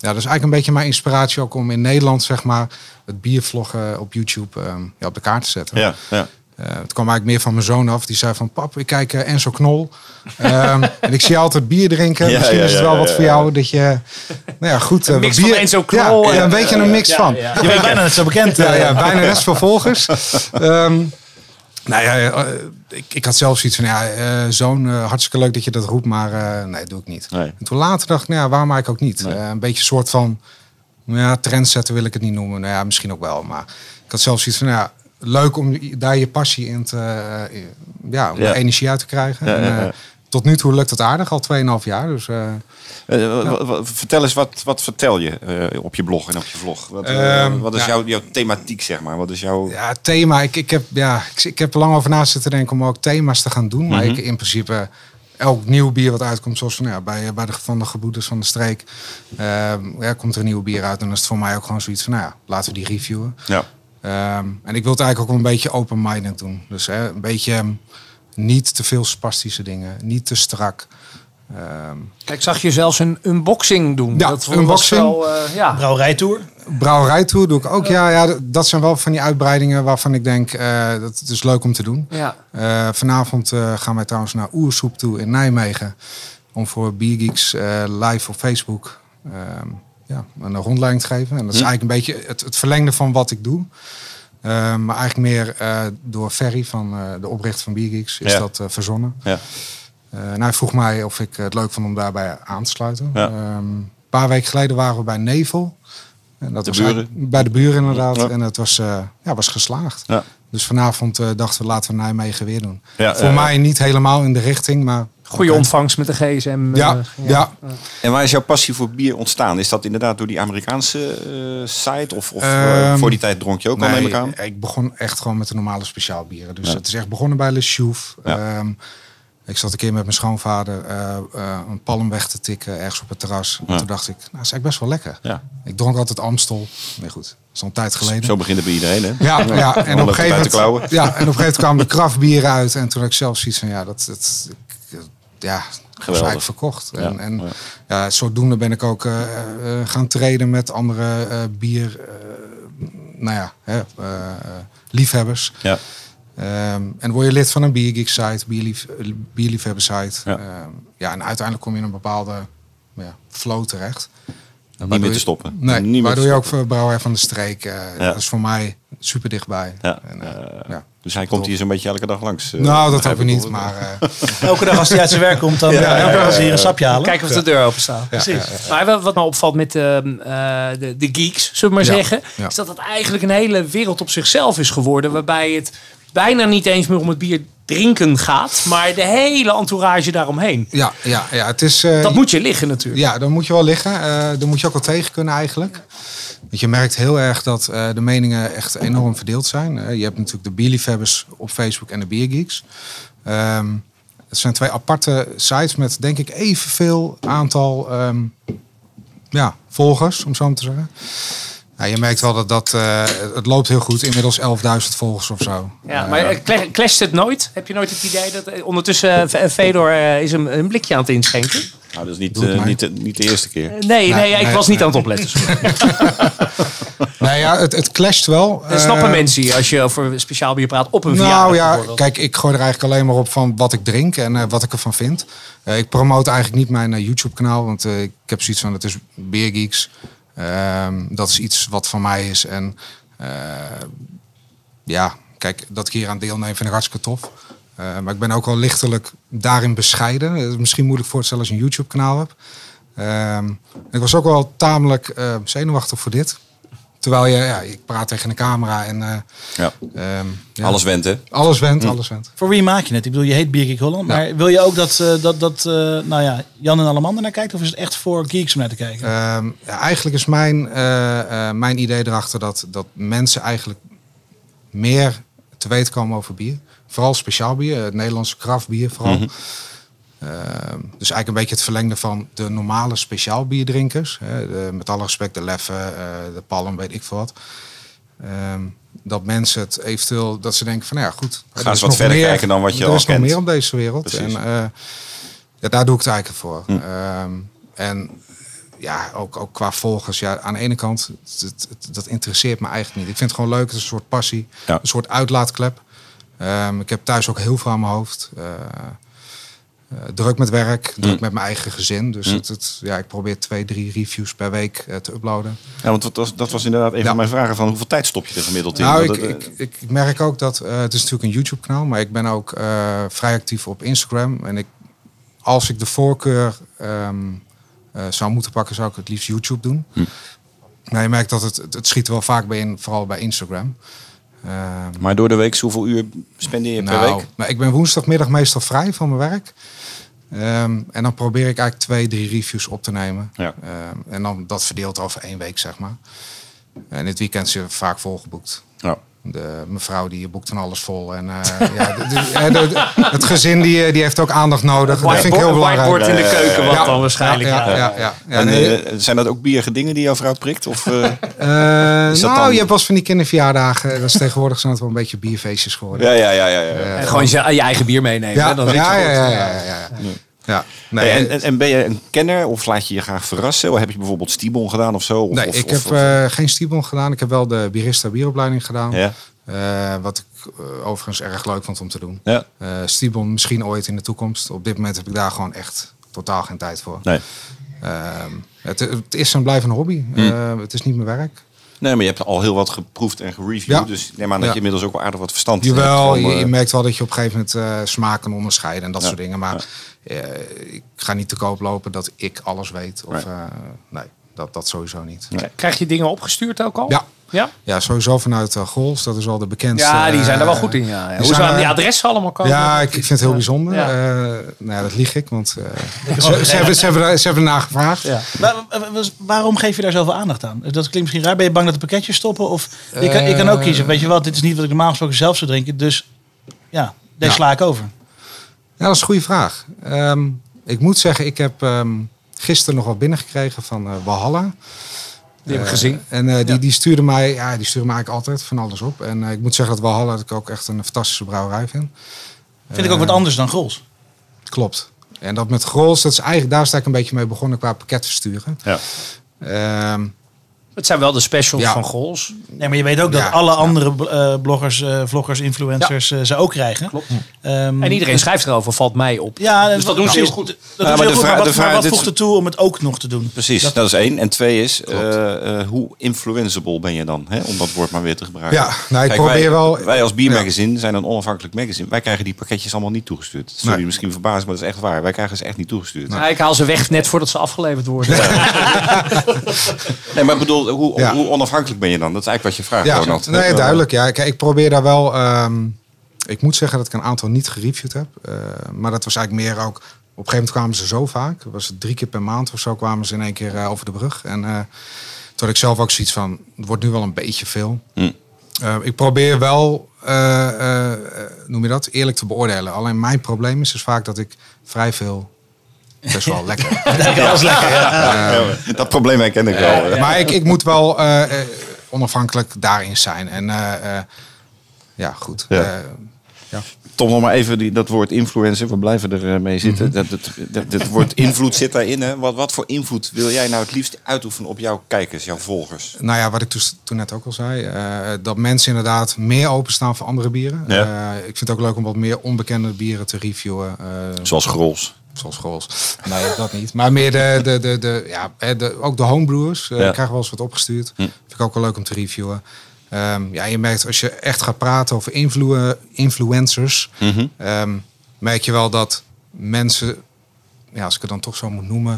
dat is eigenlijk een beetje mijn inspiratie ook om in Nederland, zeg maar, het biervloggen op YouTube um, ja, op de kaart te zetten. Ja, ja. Uh, het kwam eigenlijk meer van mijn zoon af. Die zei van, pap, ik kijk uh, Enzo Knol. Um, en ik zie je altijd bier drinken. Ja, Misschien ja, is het ja, wel ja, wat ja. voor jou. Dat je, nou ja, goed. Een uh, mix bier, van Enzo Knol. Ja, en- ja, een beetje een mix ja, van. ja. Je bent bijna net zo bekend. Ja, eh. ja, bijna rest van volgers. Um, nou ja, uh, ik, ik had zelf zoiets van, ja, uh, zoon, uh, hartstikke leuk dat je dat roept, maar uh, nee, doe ik niet. Nee. En toen later dacht ik, nou ja, waarom eigenlijk ook niet? Nee. Uh, een beetje een soort van, nou ja, trendsetter wil ik het niet noemen. Nou ja, misschien ook wel, maar ik had zelf zoiets van, nou ja, leuk om daar je passie in te, uh, ja, om Ja. er energie uit te krijgen. Ja, ja, ja. En, uh, tot nu toe lukt het aardig, al twee en een half jaar. Dus, uh, Uh, w- w- vertel eens, wat, wat vertel je uh, op je blog en op je vlog? Wat, uh, Um, wat is ja. jouw, jouw thematiek, zeg maar? Wat is jouw... Ja, het thema. Ik, ik, heb, ja, ik, ik heb er lang over na zitten denken om ook thema's te gaan doen. Maar Mhm. ik, in principe, elk nieuw bier wat uitkomt, zoals van, ja, bij, bij de Van de Gebroeders van de Streek, ehm, ja, komt er een nieuw bier uit. En dan is het voor mij ook gewoon zoiets van, nou ja, laten we die reviewen. Ja. Ehm, en ik wil het eigenlijk ook wel een beetje open-minded doen. Dus hè, een beetje um, niet te veel spastische dingen, niet te strak. Ehm, Ik zag je zelfs een unboxing doen. Ja, dat was unboxing. wel, uh, ja. Brouwerijtour. Brouwerijtour doe ik ook. Ja, ja, dat zijn wel van die uitbreidingen waarvan ik denk, uh, dat het is leuk om te doen. Ja. Uh, vanavond uh, gaan wij trouwens naar Oersoep toe in Nijmegen. Om voor Biergeeks uh, live op Facebook uh, ja, een rondleiding te geven. En dat is Hm. eigenlijk een beetje het, het verlengde van wat ik doe. Uh, maar eigenlijk meer uh, door Ferry, van uh, de oprichter van Biergeeks, is Ja. dat uh, verzonnen. Ja. Uh, en hij vroeg mij of ik het leuk vond om daarbij aan te sluiten. Ja. Um, een paar weken geleden waren we bij Nevel. En dat De was buren? eigenlijk bij de buren inderdaad. Ja. En het was, uh, ja, was geslaagd. Ja. Dus vanavond uh, dachten we, laten we Nijmegen weer doen. Ja, Voor uh, mij niet helemaal in de richting, maar... Goede Oké. ontvangst met de G S M. Ja, uh, ja. En waar is jouw passie voor bier ontstaan? Is dat inderdaad door die Amerikaanse uh, site? Of, of uh, Um, voor die tijd dronk je ook al, neem ik aan? ik begon echt gewoon met de normale speciaalbieren. Dus Ja. het is echt begonnen bij Le Chouf. Ja. Um, ik zat een keer met mijn schoonvader uh, uh, een palm weg te tikken ergens op het terras. Ja. En toen dacht ik, nou, dat is eigenlijk best wel lekker. Ja. Ik dronk altijd Amstel. Nee, goed. Dat is al een tijd geleden. Zo begint het bij iedereen, hè? Ja, ja, en op een gegeven uit de klauwen. moment, ja, en op een gegeven moment kwamen de kraftbieren uit. En toen had ik zelf zoiets van, ja, dat, dat ik, ja, dat was eigenlijk verkocht. Ja, En, en ja. ja, zodoende ben ik ook uh, uh, gaan treden met andere uh, bier, uh, nou ja, hè, uh, uh, liefhebbers. Ja. Um, en word je lid van een Biergeek site, bierlief, bierliefhebber site. Ja. Ja. Um, ja, en uiteindelijk kom je in een bepaalde ja, flow terecht. Niet meer te stoppen. Nee, Niet meer waardoor te je ook stoppen. voor Brouwerij van de Streek, uh, Ja. dat is voor mij super dichtbij. Ja. En, uh, Uh, ja. Dus hij komt hier zo'n beetje elke dag langs. uh, Nou, dat begrijp hoop ik ik niet, wel. maar... Uh, Elke dag als hij uit zijn werk komt, dan Ja, elke dag als hij hier een sapje halen. Kijken of de deur open staat. Precies. Maar wat- wat me opvalt met uh, uh, de, de geeks, zullen we maar Ja, zeggen, ja. is dat het eigenlijk een hele wereld op zichzelf is geworden. Waarbij het bijna niet eens meer om het bier drinken gaat, maar de hele entourage daaromheen. ja, ja, ja, het is... Uh, Dat moet je liggen natuurlijk. Ja, dan moet je wel liggen. Uh, daar moet je ook wel tegen kunnen eigenlijk. Want je merkt heel erg dat uh, de meningen echt enorm verdeeld zijn. Uh, je hebt natuurlijk de bierliefhebbers op Facebook en de biergeeks. Um, het zijn twee aparte sites met denk ik evenveel aantal um, ja, volgers, om zo maar te zeggen. Nou, je merkt wel dat, dat uh, het loopt heel goed. Inmiddels elfduizend volgers of zo. Ja, Uh, maar uh, cla- clasht het nooit? Heb je nooit het idee dat uh, ondertussen uh, Fedor uh, is een, een blikje aan het inschenken? Nou, dat is niet, Doe het uh, maar. niet, de, niet de eerste keer. Uh, nee, nee, Nee, ik nee, was niet nee. aan het opletten. nou ja, het, het clasht wel. Dat snappen Uh, mensen als je over speciaal bier praat op een verjaardag. Nou ja, bijvoorbeeld. kijk, ik gooi er eigenlijk alleen maar op van wat ik drink en uh, wat ik ervan vind. Uh, ik promote eigenlijk niet mijn uh, YouTube-kanaal, want uh, ik heb zoiets van, het is Beergeeks. Um, dat is iets wat van mij is. En uh, ja, kijk, dat ik hier aan deelneem vind ik hartstikke tof. Uh, maar ik ben ook wel lichtelijk daarin bescheiden. Het is misschien moeilijk voorstellen als je een YouTube-kanaal hebt. Um, ik was ook wel tamelijk uh, zenuwachtig voor dit. Terwijl je, ja, ik praat tegen de camera en... Uh, Ja. um, ja. Alles went, hè? Alles went, alles went. Voor wie maak je het? Ik bedoel, je heet Biergeek Holland. Ja. Maar wil je ook dat, uh, dat, dat uh, nou ja, Jan en Allemander naar kijkt? Of is het echt voor geeks om naar te kijken? Um, ja, eigenlijk is mijn, uh, uh, mijn idee erachter dat, dat mensen eigenlijk meer te weten komen over bier. Vooral speciaal bier, het Nederlandse kraftbier vooral. Mhm. Uh, dus eigenlijk een beetje het verlengde van de normale speciaal bierdrinkers. Hè, de, met alle respect de Leffe, uh, de Palm, weet ik veel wat. Um, dat mensen het eventueel, dat ze denken van nou ja goed. Ga er eens is wat nog verder meer, kijken dan wat je er al is nog kent. meer op deze wereld. Precies. En uh, ja, daar doe ik het eigenlijk voor. Hm. Um, en ja, ook, ook qua volgers. Ja, aan de ene kant, het, het, dat interesseert me eigenlijk niet. Ik vind het gewoon leuk. Het is een soort passie. Ja. Een soort uitlaatklep. Um, ik heb thuis ook heel veel aan mijn hoofd. Uh, uh, druk met werk. Druk mm. met mijn eigen gezin. Dus mm. het, het, ja, ik probeer twee, drie reviews per week uh, te uploaden. Ja, want dat was, dat was inderdaad een ja. van mijn vragen. Van hoeveel tijd stop je er gemiddeld in? Nou, dat, ik, uh, ik, ik, ik merk ook dat... Uh, het is natuurlijk een YouTube kanaal. Maar ik ben ook uh, vrij actief op Instagram. En ik, als ik de voorkeur... Um, Uh, zou moeten pakken, zou ik het liefst YouTube doen. Hm. Maar je merkt dat het, het schiet er wel vaak bij in, vooral bij Instagram. Uh, maar door de week, hoeveel uur spendeer je nou, per week? Nou, ik ben woensdagmiddag meestal vrij van mijn werk. Um, en dan probeer ik eigenlijk twee, drie reviews op te nemen. Ja. Um, en dan dat verdeeld over één week, zeg maar. En dit weekend is je vaak volgeboekt. Ja. De mevrouw die boekt van alles vol. En uh, ja, de, de, de, de, het gezin die, die heeft ook aandacht nodig. Dat vind ik heel belangrijk. Wordt in de keuken wat ja, dan waarschijnlijk. Ja, ja, ja, ja, ja. En, nee. uh, zijn dat ook bierige dingen die jouw vrouw prikt? Of, uh, uh, nou, dan... je hebt wel eens van die kinderverjaardagen. Dat is tegenwoordig zijn het wel een beetje bierfeestjes geworden. Ja, ja, ja. ja, ja. Uh, en gewoon je, je eigen bier meenemen. Ja, hè? Dan ja, ja, ja, ja, ja, ja, ja. ja. Ja, nee, en, en, en ben je een kenner of laat je je graag verrassen? Of heb je bijvoorbeeld Stibon gedaan of zo? Of, nee, of, ik of, heb of, uh, geen Stibon gedaan. Ik heb wel de Birista bieropleiding gedaan. Ja. Uh, wat ik uh, overigens erg leuk vond om te doen. Ja. Uh, Stibon misschien ooit in de toekomst. Op dit moment heb ik daar gewoon echt totaal geen tijd voor. Nee. Uh, het, het is en blijft een hobby. Uh, mm. Het is niet mijn werk. Nee, maar je hebt al heel wat geproefd en gereviewd. Ja. Dus ik neem aan dat ja. je inmiddels ook wel aardig wat verstand hebt. Jawel, je, uh... je merkt wel dat je op een gegeven moment uh, smaak kan onderscheiden en dat ja. soort dingen. Maar ja. uh, ik ga niet te koop lopen dat ik alles weet. Of, nee, uh, nee dat, dat sowieso niet. Nee. Krijg je dingen opgestuurd ook al? Ja. Ja? Ja, sowieso vanuit uh, Gols. Dat is wel de bekendste. Ja, die zijn er wel goed in. Ja. Ja. Hoe zijn aan die adressen allemaal komen? Ja, ik, ik vind het heel bijzonder. Ja. Uh, nou ja, dat lieg ik, want uh, ze, ze, hebben, ze, hebben, ze hebben ernaar gevraagd. Ja. Waar, waarom geef je daar zoveel aandacht aan? Dat klinkt misschien raar. Ben je bang dat de pakketjes stoppen? Of je kan, je kan ook kiezen. Weet je wat, dit is niet wat ik normaal gesproken zelf zou drinken. Dus ja, deze ja. sla ik over. Ja, dat is een goede vraag. Um, ik moet zeggen, ik heb um, gisteren nog wat binnengekregen van uh, Walhalla. Die heb ik gezien. Uh, en uh, die, ja. die stuurde mij, ja, die stuurde mij eigenlijk altijd van alles op. En uh, ik moet zeggen dat Walhalla dat ik ook echt een fantastische brouwerij vind. Vind uh, ik ook wat anders dan Grols. Klopt. En dat met Grols, dat is eigenlijk, daar sta ik een beetje mee begonnen qua pakket versturen. Ja. Um, Het zijn wel de specials ja. van Grols. Nee, maar je weet ook dat ja, alle ja. andere uh, bloggers, uh, vloggers, influencers ja. uh, ze ook krijgen. Klopt. Um, en iedereen schrijft erover, valt mij op. Ja, dus dat doen ze heel goed. Dat ja, doen ze heel goed, maar wat, maar wat voegt er toe om het ook nog te doen? Precies, dat, dat is één. En twee is, uh, uh, hoe influenceable ben je dan? Hè? Om dat woord maar weer te gebruiken. Ja, nou, ik Kijk, probeer wij, wel... Wij als biermagazine zijn een onafhankelijk magazine. Wij krijgen die pakketjes allemaal niet toegestuurd. Dat zul je misschien verbazen, maar dat is echt waar. Wij krijgen ze echt niet toegestuurd. Nou, ik haal ze weg net voordat ze afgeleverd worden. Nee, maar ik bedoel, hoe, ja. hoe onafhankelijk ben je dan? Dat is eigenlijk wat je vraagt, ja, Ronald. Nee, duidelijk. Ja. Kijk, ik probeer daar wel... Um, ik moet zeggen dat ik een aantal niet gereviewd heb. Uh, maar dat was eigenlijk meer ook... Op een gegeven moment kwamen ze zo vaak. Was het drie keer per maand of zo kwamen ze in één keer uh, over de brug. En uh, toen had ik zelf ook zoiets van... Het wordt nu wel een beetje veel. Hm. Uh, ik probeer wel... Uh, uh, noem je dat? Eerlijk te beoordelen. Alleen mijn probleem is dus vaak dat ik vrij veel... Best wel lekker. Dat was lekker, ja. Uh, dat probleem herken ik wel. Uh, maar ik, ik moet wel uh, uh, onafhankelijk daarin zijn. En uh, uh, ja, goed. Ja. Uh, ja. Tom, nog maar even die, dat woord influencer. We blijven er uh, mee zitten. Mm-hmm. dat, dat, dat, dat woord invloed zit daarin. Hè? Wat, wat voor invloed wil jij nou het liefst uitoefenen op jouw kijkers, jouw volgers? Nou ja, wat ik dus, toen net ook al zei. Uh, dat mensen inderdaad meer openstaan voor andere bieren. Ja. Uh, ik vind het ook leuk om wat meer onbekende bieren te reviewen. Uh, Zoals Grols. Zoals Grols. Nee, dat niet. Maar meer de, de, de, de, ja, de, ook de homebrewers. Uh, ja. Ik krijg wel eens wat opgestuurd. Hm. Vind ik ook wel leuk om te reviewen. Um, ja, je merkt als je echt gaat praten over influ- influencers... Mm-hmm. Um, merk je wel dat mensen... Ja, als ik het dan toch zo moet noemen...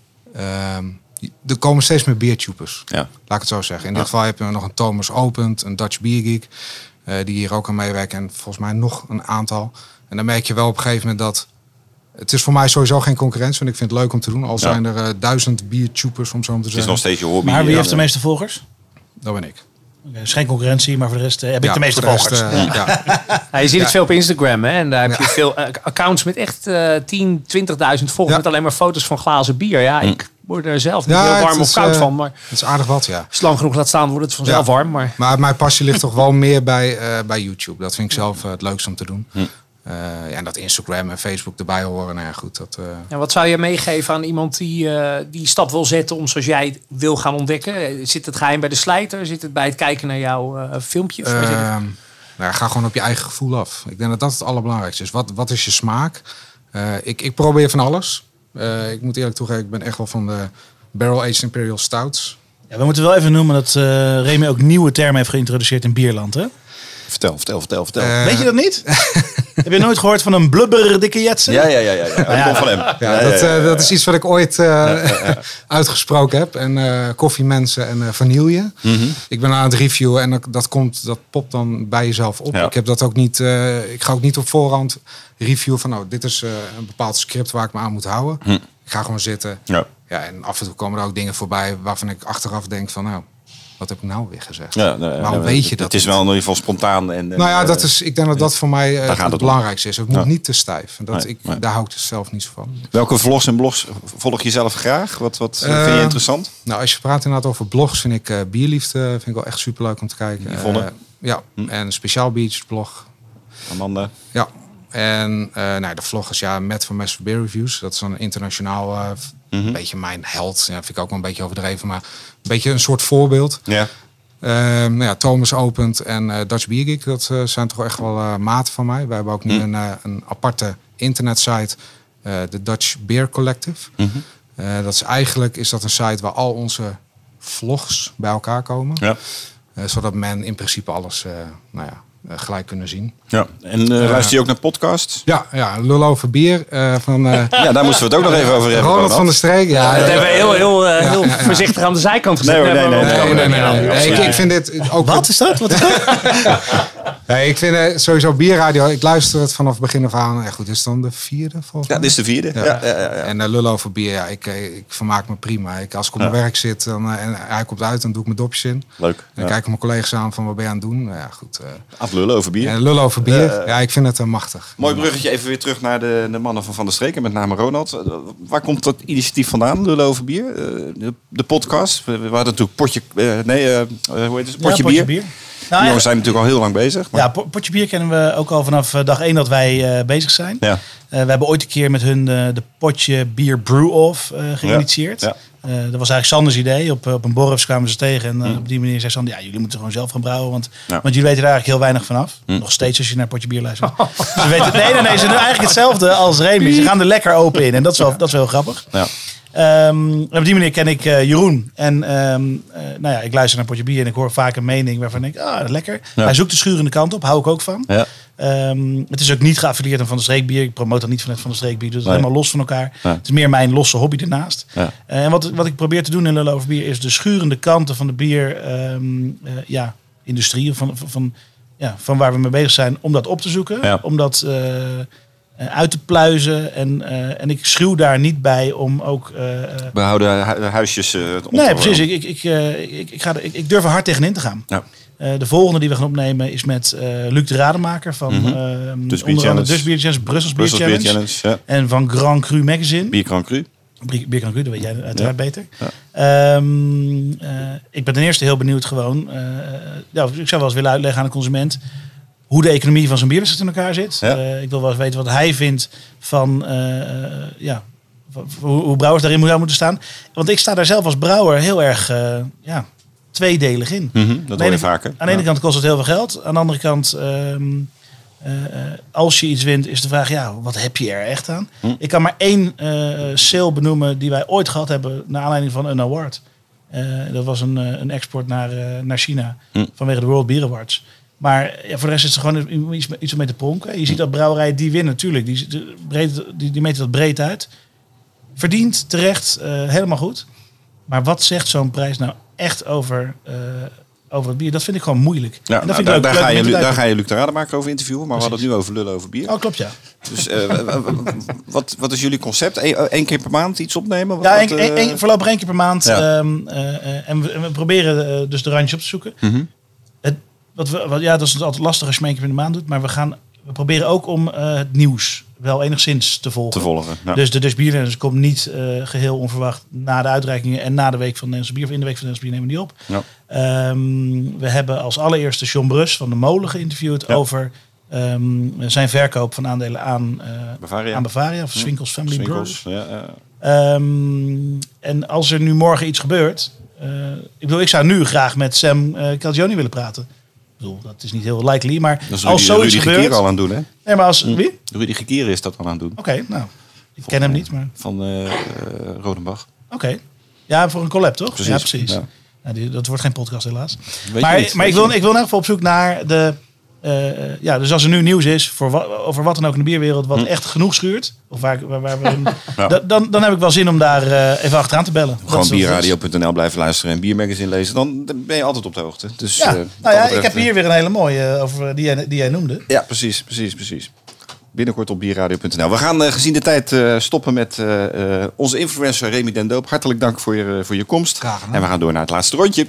Um, er komen steeds meer beertubers. Ja. Laat ik het zo zeggen. In ja. dit geval heb je nog een Thomas Opent, een Dutch Beer Geek... Uh, die hier ook aan meewerken. En volgens mij nog een aantal. En dan merk je wel op een gegeven moment dat... Het is voor mij sowieso geen concurrentie. En ik vind het leuk om te doen. Al zijn ja. er uh, duizend biertubers, om zo te zeggen. Het is nog steeds je hobby. Maar wie heeft de meeste volgers? Dat ben ik. Okay, dus geen concurrentie, maar voor de rest uh, heb ja, ik de meeste de rest, volgers. Uh, ja. Ja, je ziet het ja. veel op Instagram. Hè? En daar heb je ja. veel uh, accounts met echt uh, tien, twintigduizend volgers. Ja. Met alleen maar foto's van glazen bier. Ja, ik word er zelf niet ja, heel warm of koud uh, van. Maar het is aardig wat, ja. Als je lang genoeg laat staan, wordt het vanzelf ja. warm. Maar... maar mijn passie ligt toch wel meer bij, uh, bij YouTube. Dat vind ik zelf uh, het leukste om te doen. Hm. Uh, ja, en dat Instagram en Facebook erbij horen. Nou ja, goed, dat, uh... ja, wat zou je meegeven aan iemand die uh, die stap wil zetten om zoals jij wil gaan ontdekken? Zit het geheim bij de slijter? Zit het bij het kijken naar jouw uh, filmpjes? Uh, nou, ga gewoon op je eigen gevoel af. Ik denk dat dat het allerbelangrijkste is. Wat, wat is je smaak? Uh, ik, ik probeer van alles. Uh, ik moet eerlijk toegeven, ik ben echt wel van de Barrel Aged Imperial Stouts. Ja, we moeten wel even noemen dat uh, Remy ook nieuwe termen heeft geïntroduceerd in Bierland, hè? Vertel, vertel, vertel, vertel. Uh, Weet je dat niet? Heb je nooit gehoord van een blubber dikke jetsen? Ja, ja, ja. ja, ja. ja, van hem. Ja, ja, dat, uh, dat is iets wat ik ooit uh, ja, ja, ja. uitgesproken heb. En uh, koffiemensen en uh, vanille. Mm-hmm. Ik ben aan het reviewen en dat, dat, komt, dat popt dan bij jezelf op. Ja. Ik heb dat ook niet. Uh, ik ga ook niet op voorhand reviewen van, nou, dit is uh, een bepaald script waar ik me aan moet houden. Hm. Ik ga gewoon zitten. Ja. Ja, en af en toe komen er ook dingen voorbij waarvan ik achteraf denk van, nou, wat heb ik nou weer gezegd? Ja, nou, Waarom ja, weet je het, dat? Het is wel in ieder geval spontaan. En, nou ja, dat is, ik denk dat dat voor mij uh, het, het belangrijkste is. Het moet ja. niet te stijf. Dat, nee, ik, nee. Daar hou ik dus zelf niet zo van. Welke vlogs en blogs volg je zelf graag? Wat, wat uh, vind je interessant? Nou, als je praat inderdaad over blogs, vind ik uh, Bierliefde vind ik wel echt superleuk om te kijken. Yvonne? Uh, ja, hm. en Speciaal Beach blog. Amanda? Ja. En uh, nou, de vlog is ja, Matt van Master Beer Reviews. Dat is een internationaal, uh, mm-hmm. een beetje mijn held. Ja, vind ik ook wel een beetje overdreven, maar een beetje een soort voorbeeld. Ja. Uh, nou ja, Thomas Opent en uh, Dutch Beer Geek, dat uh, zijn toch echt wel uh, maten van mij. Wij hebben ook nu mm. een, uh, een aparte internetsite, uh, de Dutch Beer Collective. Mm-hmm. Uh, dat is eigenlijk is dat een site waar al onze vlogs bij elkaar komen. Ja. Uh, zodat men in principe alles uh, nou ja, uh, gelijk kunnen zien. Ja. En uh, uh, luister je ook naar podcasts? Ja, ja, Lul over bier. Uh, van, uh, ja, daar moesten we het ook nog even over hebben. Ronald van der Streek. Ja, dat uh, hebben we heel, heel, uh, heel ja, ja, voorzichtig aan de zijkant gezet. Nee, nee, nee. nee, nee, nee, nee, nee, nee. Ik, ik vind dit ook... Wat is dat? Wat is dat? Nee, ik vind uh, sowieso Bierradio. Ik luister het vanaf begin af aan. Ja, goed, dit is dan de vierde volgens mij. Ja, dit is de vierde. Ja. Ja, ja, ja, ja. En uh, Lullen over bier, ja, ik, ik vermaak me prima. Ik, als ik op mijn ja. werk zit dan, uh, en hij komt uit, dan doe ik mijn dopjes in. Leuk. En dan ja. kijken mijn collega's aan van wat ben je aan het doen. Nou, ja, goed. Uh, Aflullen over bier. En lullen over bier. Uh, ja, ik vind het uh, machtig. Mooi bruggetje even weer terug naar de, de mannen van Van der Streek. En met name Ronald. Uh, waar komt dat initiatief vandaan, Lullen over bier? Uh, de, de podcast. We, we hadden natuurlijk potje... Uh, nee, uh, hoe heet het? Potje, ja, potje bier. bier. Nou, jongens zijn natuurlijk al heel lang bezig. Maar... Ja, Potje Bier kennen we ook al vanaf dag één dat wij uh, bezig zijn. Ja. Uh, we hebben ooit een keer met hun uh, de Potje Bier Brew-Off uh, geïnitieerd. Ja. Ja. Uh, dat was eigenlijk Sanders idee. Op, op een borrels kwamen ze tegen. En uh, mm. op die manier zei Sander, ja, jullie moeten gewoon zelf gaan brouwen. Want, ja. want jullie weten er eigenlijk heel weinig vanaf. Mm. Nog steeds als je naar Potje Bier luistert. Ze weten, nee, nee, nee, ze doen eigenlijk hetzelfde als Remy. Ze gaan er lekker open in. En dat is wel, dat is wel grappig. Ja. Um, op die manier ken ik uh, Jeroen. En um, uh, nou ja, ik luister naar Potje Bier en ik hoor vaak een mening waarvan ik denk, ah, lekker. Ja. Hij zoekt de schurende kant op, hou ik ook van. Ja. Um, het is ook niet geaffilieerd aan Van der Streek bier. Ik promote dat niet vanuit Van der Streek bier. Dus het is nee. helemaal los van elkaar. Ja. Het is meer mijn losse hobby ernaast. Ja. Uh, en wat, wat ik probeer te doen in Lullen over bier is de schurende kanten van de bier, um, uh, ja, industrie, van, van, van, ja, van waar we mee bezig zijn, om dat op te zoeken. Ja. Om dat uh, uit te pluizen. En, uh, en ik schuw daar niet bij om ook... Uh, Behouden hu- huisjes uh, op Nee, precies. Ik, ik, ik, uh, ik, ik, ga er, ik, ik durf er hard tegenin te gaan. Ja. Uh, de volgende die we gaan opnemen is met uh, Luc de Rademaker van mm-hmm. uh, dus onder andere Dus Beer Challenge, Brussels Beer Challenge. Beer Challenge ja. En van Grand Cru Magazine. Bier Grand Cru. Bier Grand Cru, dat weet jij uiteraard ja. beter. Ja. Um, uh, ik ben ten eerste heel benieuwd gewoon. Uh, ja, ik zou wel eens willen uitleggen aan de consument hoe de economie van zijn bierwedstrijd in elkaar zit. Ja. Uh, ik wil wel eens weten wat hij vindt van uh, ja, hoe, hoe brouwers daarin moeten staan. Want ik sta daar zelf als brouwer heel erg uh, ja, tweedelig in. Mm-hmm, dat hoor je vaker. Aan de ene ja. kant kost het heel veel geld. Aan de andere kant, um, uh, als je iets wint, is de vraag, ja, wat heb je er echt aan? Hm. Ik kan maar één uh, sale benoemen die wij ooit gehad hebben naar aanleiding van een award. Uh, dat was een, uh, een export naar, uh, naar China hm. vanwege de World Beer Awards. Maar ja, voor de rest is het gewoon iets, iets om mee te pronken. Je ziet dat brouwerijen die winnen, natuurlijk. Die, die, die, die meten dat breed uit. Verdient, terecht, uh, helemaal goed. Maar wat zegt zo'n prijs nou echt over, uh, over het bier? Dat vind ik gewoon moeilijk. Ja, en dat nou, vind daar, ik daar, ga je, daar ga je Luc de Rademaker over interviewen. Maar Precies. we hadden het nu over lullen over bier. Oh, klopt, ja. Dus uh, wat, wat is jullie concept? Eén een keer per maand iets opnemen? Wat, ja, wat, een, een, een, voorlopig één keer per maand. Ja. Um, uh, en, we, en we proberen uh, dus de randjes op te zoeken. Mm-hmm. Het, wat we, wat, ja, dat is altijd lastig als je maar één keer in de maand doet. Maar we, gaan, we proberen ook om uh, het nieuws wel enigszins te volgen. Te volgen ja. Dus de Dutch Beer Challenge komt niet uh, geheel onverwacht na de uitreikingen en na de week van Nederlandse bier. Of in de week van Nederlandse bier nemen we die op. Ja. Um, we hebben als allereerste John Brus van de Molen geïnterviewd ja. over um, zijn verkoop van aandelen aan, uh, Bavaria. aan Bavaria of Swinkels Family Swinkels, Brothers. ja, ja. Um, en als er nu morgen iets gebeurt, uh, ik bedoel, ik zou nu graag met Sam uh, Calgioni willen praten. Ik bedoel, dat is niet heel likely, maar Dat is als Rudy, zoiets Rudy gebeurt, Gekier al aan het doen, hè? nee, maar als Hm. wie? Rudy Gekier is dat al aan het doen. Oké, okay, nou, ik ken hem niet, maar Van uh, uh, Rodenbach. oké, okay. Ja, voor een collab toch? Precies. Ja, precies. Ja. Ja, die, dat wordt geen podcast helaas. Weet maar je niet, maar ik, weet wil, je ik wil in ieder geval op zoek naar de... Uh, ja, dus als er nu nieuws is voor wa- over wat dan ook in de bierwereld... wat Hm. echt genoeg schuurt... of waar, waar, waar we, Ja. da- dan, dan heb ik wel zin om daar uh, even achteraan te bellen. Dat Gewoon is wat het is. bierradio punt n l blijven luisteren en Biermagazine lezen. Dan ben je altijd op de hoogte. Dus, Ja, uh, nou wat ja, betreft, ik heb hier weer een hele mooie uh, over die jij, die jij noemde. Ja, precies, precies, precies. Binnenkort op bierradio punt n l. We gaan uh, gezien de tijd uh, stoppen met uh, uh, onze influencer Remy Den Doop. Hartelijk dank voor je, uh, voor je komst. Graag gedaan. En we gaan door naar het laatste rondje.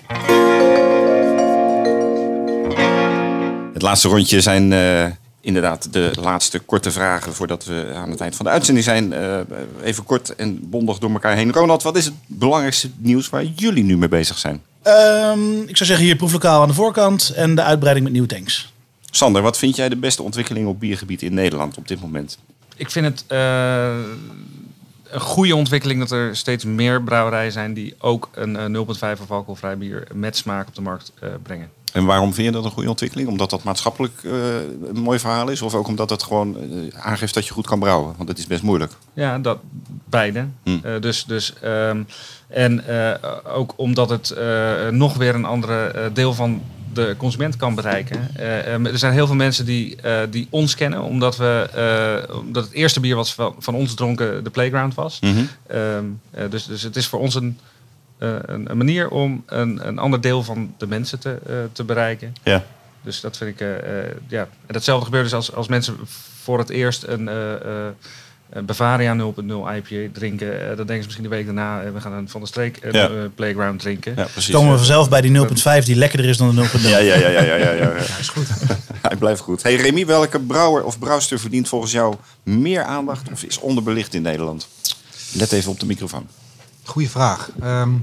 Het laatste rondje zijn uh, inderdaad de laatste korte vragen voordat we aan het eind van de uitzending zijn. Uh, even kort en bondig door elkaar heen. Ronald, wat is het belangrijkste nieuws waar jullie nu mee bezig zijn? Um, ik zou zeggen hier proeflokaal aan de voorkant en de uitbreiding met nieuwe tanks. Sander, wat vind jij de beste ontwikkeling op biergebied in Nederland op dit moment? Ik vind het uh, een goede ontwikkeling dat er steeds meer brouwerijen zijn die ook een uh, nul komma vijf of alcoholvrij bier met smaak op de markt uh, brengen. En waarom vind je dat een goede ontwikkeling? Omdat dat maatschappelijk uh, een mooi verhaal is? Of ook omdat het gewoon uh, aangeeft dat je goed kan brouwen? Want het is best moeilijk. Ja, dat beide. Hm. Uh, dus, dus, um, en uh, ook omdat het uh, nog weer een andere uh, deel van de consument kan bereiken. Uh, um, er zijn heel veel mensen die, uh, die ons kennen, omdat, we, uh, omdat het eerste bier wat van, van ons dronken de Playground was. Mm-hmm. Um, uh, dus, dus het is voor ons een, uh, een, een manier om een, een ander deel van de mensen te, uh, te bereiken. Ja. Dus dat vind ik, uh, uh, ja. En datzelfde gebeurt dus als, als mensen voor het eerst een uh, uh, Bavaria nul punt nul I P A drinken. Uh, dan denken ze misschien de week daarna, uh, we gaan een Van der Streek uh, Ja. uh, Playground drinken. Ja, precies. Komen we vanzelf bij die nul komma vijf die lekkerder is dan de nul komma nul. Ja, ja, ja, ja, ja, ja, ja. Hij is goed. Hij blijft goed. Hey Remy, welke brouwer of brouwster verdient volgens jou meer aandacht of is onderbelicht in Nederland? Let even op de microfoon. Goeie vraag. Um,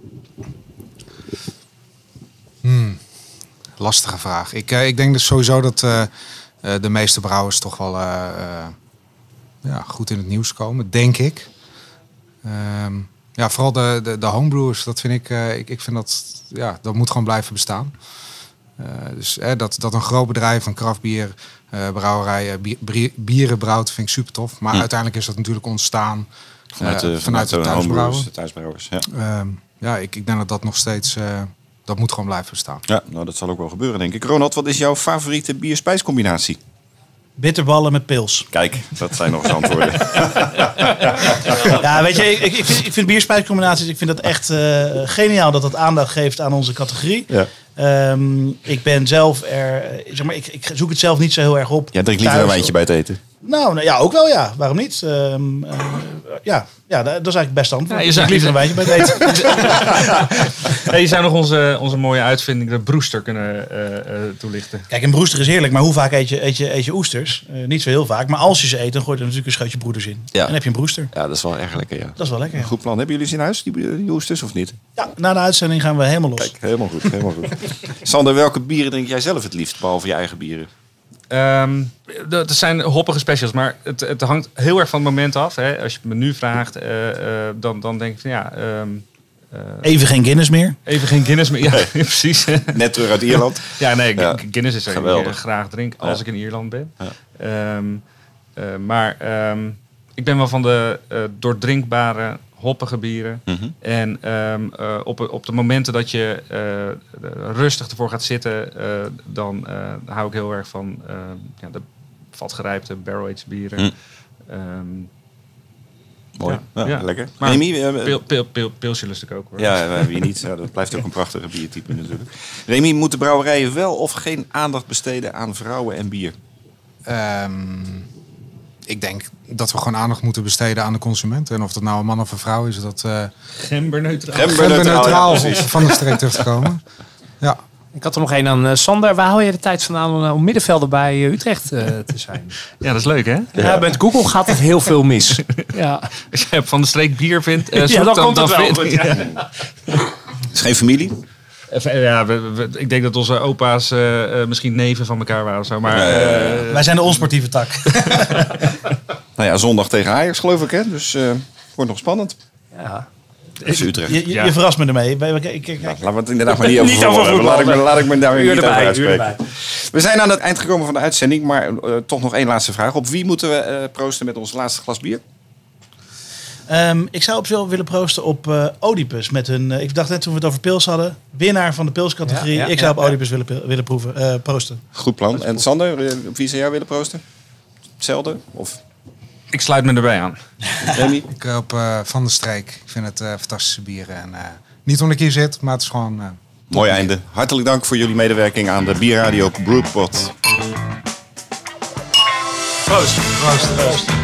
hmm, lastige vraag. Ik, uh, ik denk dus sowieso dat uh, uh, de meeste brouwers toch wel uh, uh, ja, goed in het nieuws komen, denk ik. Um, ja, vooral de, de, de homebrewers, dat vind ik, uh, ik, ik vind dat, ja, dat moet gewoon blijven bestaan. Uh, dus eh, dat, dat een groot bedrijf, een kraftbier, uh, brouwerij, bier, bier, bieren brouwt, vind ik super tof. Maar Hm. uiteindelijk is dat natuurlijk ontstaan Vanuit de, uh, vanuit de thuisbrouwen. homebrewers, de thuisbrouwers. Ja. Um, ja, ik, ik denk dat dat nog steeds, uh, dat moet gewoon blijven bestaan. Ja, nou dat zal ook wel gebeuren denk ik. Ronald, wat is jouw favoriete bier-spijscombinatie? Bitterballen met pils. Kijk, dat zijn nog eens antwoorden. Ja, weet je, ik, ik, vind, ik vind bierspijscombinaties, ik vind dat echt uh, geniaal dat dat aandacht geeft aan onze categorie. Ja. Um, ik ben zelf er, zeg maar, ik, ik zoek het zelf niet zo heel erg op. Jij drinkt liever een thuis. wijntje bij het eten. Nou, nou, ja, ook wel ja. Waarom niet? Um, uh, ja, ja, dat is eigenlijk het beste antwoord. Ja, je ik zou- liever een wijntje bij het eten. Hey, je zou nog onze, onze mooie uitvinding, de Brewster, kunnen uh, uh, toelichten. Kijk, een broester is heerlijk, maar hoe vaak eet je, eet je, eet je oesters? Uh, niet zo heel vaak. Maar als je ze eet, dan gooi je er natuurlijk een scheutje broeders in. Ja. En dan heb je een broester. Ja, dat is wel erg lekker, ja. Dat is wel lekker. Een Ja. goed plan. Hebben jullie ze in huis, die, die oesters, of niet? Ja, na de uitzending gaan we helemaal los. Kijk, helemaal goed, helemaal goed. Sander, welke bieren drink jij zelf het liefst, behalve je eigen bieren? Um, dat zijn hoppige specials, maar het, het hangt heel erg van het moment af. Hè. Als je het menu vraagt, uh, uh, dan, dan denk ik van ja... Um, uh, Even geen Guinness meer. even geen Guinness meer. Ja, precies. Net terug uit Ierland. Ja, nee, Ja. Guinness is er Geweldig. ik graag drink als Ja. ik in Ierland ben. Ja. Um, uh, maar um, ik ben wel van de uh, doordrinkbare, hoppige bieren. Mm-hmm. En um, uh, op, op de momenten dat je uh, rustig ervoor gaat zitten, uh, dan uh, hou ik heel erg van uh, ja, de vatgerijpte barrel-aged bieren. Mm. Um, Mooi. Ja, Ja, ja. lekker. Maar Remy, uh, pil, pil, pil, pilsje lust ik ook hoor. ja, wie niet. Ja, dat blijft ook een prachtige biertype natuurlijk. Remy, moeten brouwerijen wel of geen aandacht besteden aan vrouwen en bier? Um, ik denk dat we gewoon aandacht moeten besteden aan de consument. En of dat nou een man of een vrouw is, dat uh, Gemberneutraal. Gemberneutraal, neutraal ja, precies. van de streek terug te komen. Ja. Ik had er nog één aan. Uh, Sander, waar haal je de tijd vandaan om, uh, om middenvelder bij uh, Utrecht uh, te zijn? Ja, dat is leuk hè? Ja, met Google gaat het heel veel mis. Ja, Als je Van de Streek bier vindt, uh, ja zoek dan, komt het wel. vind- goed, ja. Is geen familie? Ja, we, we, ik denk dat onze opa's uh, uh, misschien neven van elkaar waren of zo. Maar, uh, Wij zijn de onsportieve tak. Nou ja, zondag tegen Ajax geloof ik, hè? Dus uh, wordt nog spannend. Ja. F C Utrecht. Je, je, Ja. je verrast me ermee. Kijk, kijk, kijk. Nou, laten we het inderdaad maar niet over Niet voetbal over hebben. Laat ik, me, laat ik me daar weer Uur niet erbij, over uur uitspreken. erbij. We zijn aan het eind gekomen van de uitzending, maar uh, toch nog één laatste vraag. Op wie moeten we uh, proosten met ons laatste glas bier? Um, ik zou op zich wel willen proosten op uh, Oedipus. Met hun, uh, ik dacht net toen we het over pils hadden. Winnaar van de pilscategorie. Ja, ja, ik zou ja, op Oedipus willen, willen proeven, uh, proosten. Goed plan. En Sander, uh, op wie zou jij willen proosten? Hetzelfde? Of ik sluit me erbij aan. Remy? Ik hoop uh, Van de Streek. Ik vind het uh, fantastische bieren. En, uh, niet omdat ik hier zit, maar het is gewoon... Uh, Mooi einde. Hartelijk dank voor jullie medewerking aan de Bierradio Brewpot. Proost. Proost.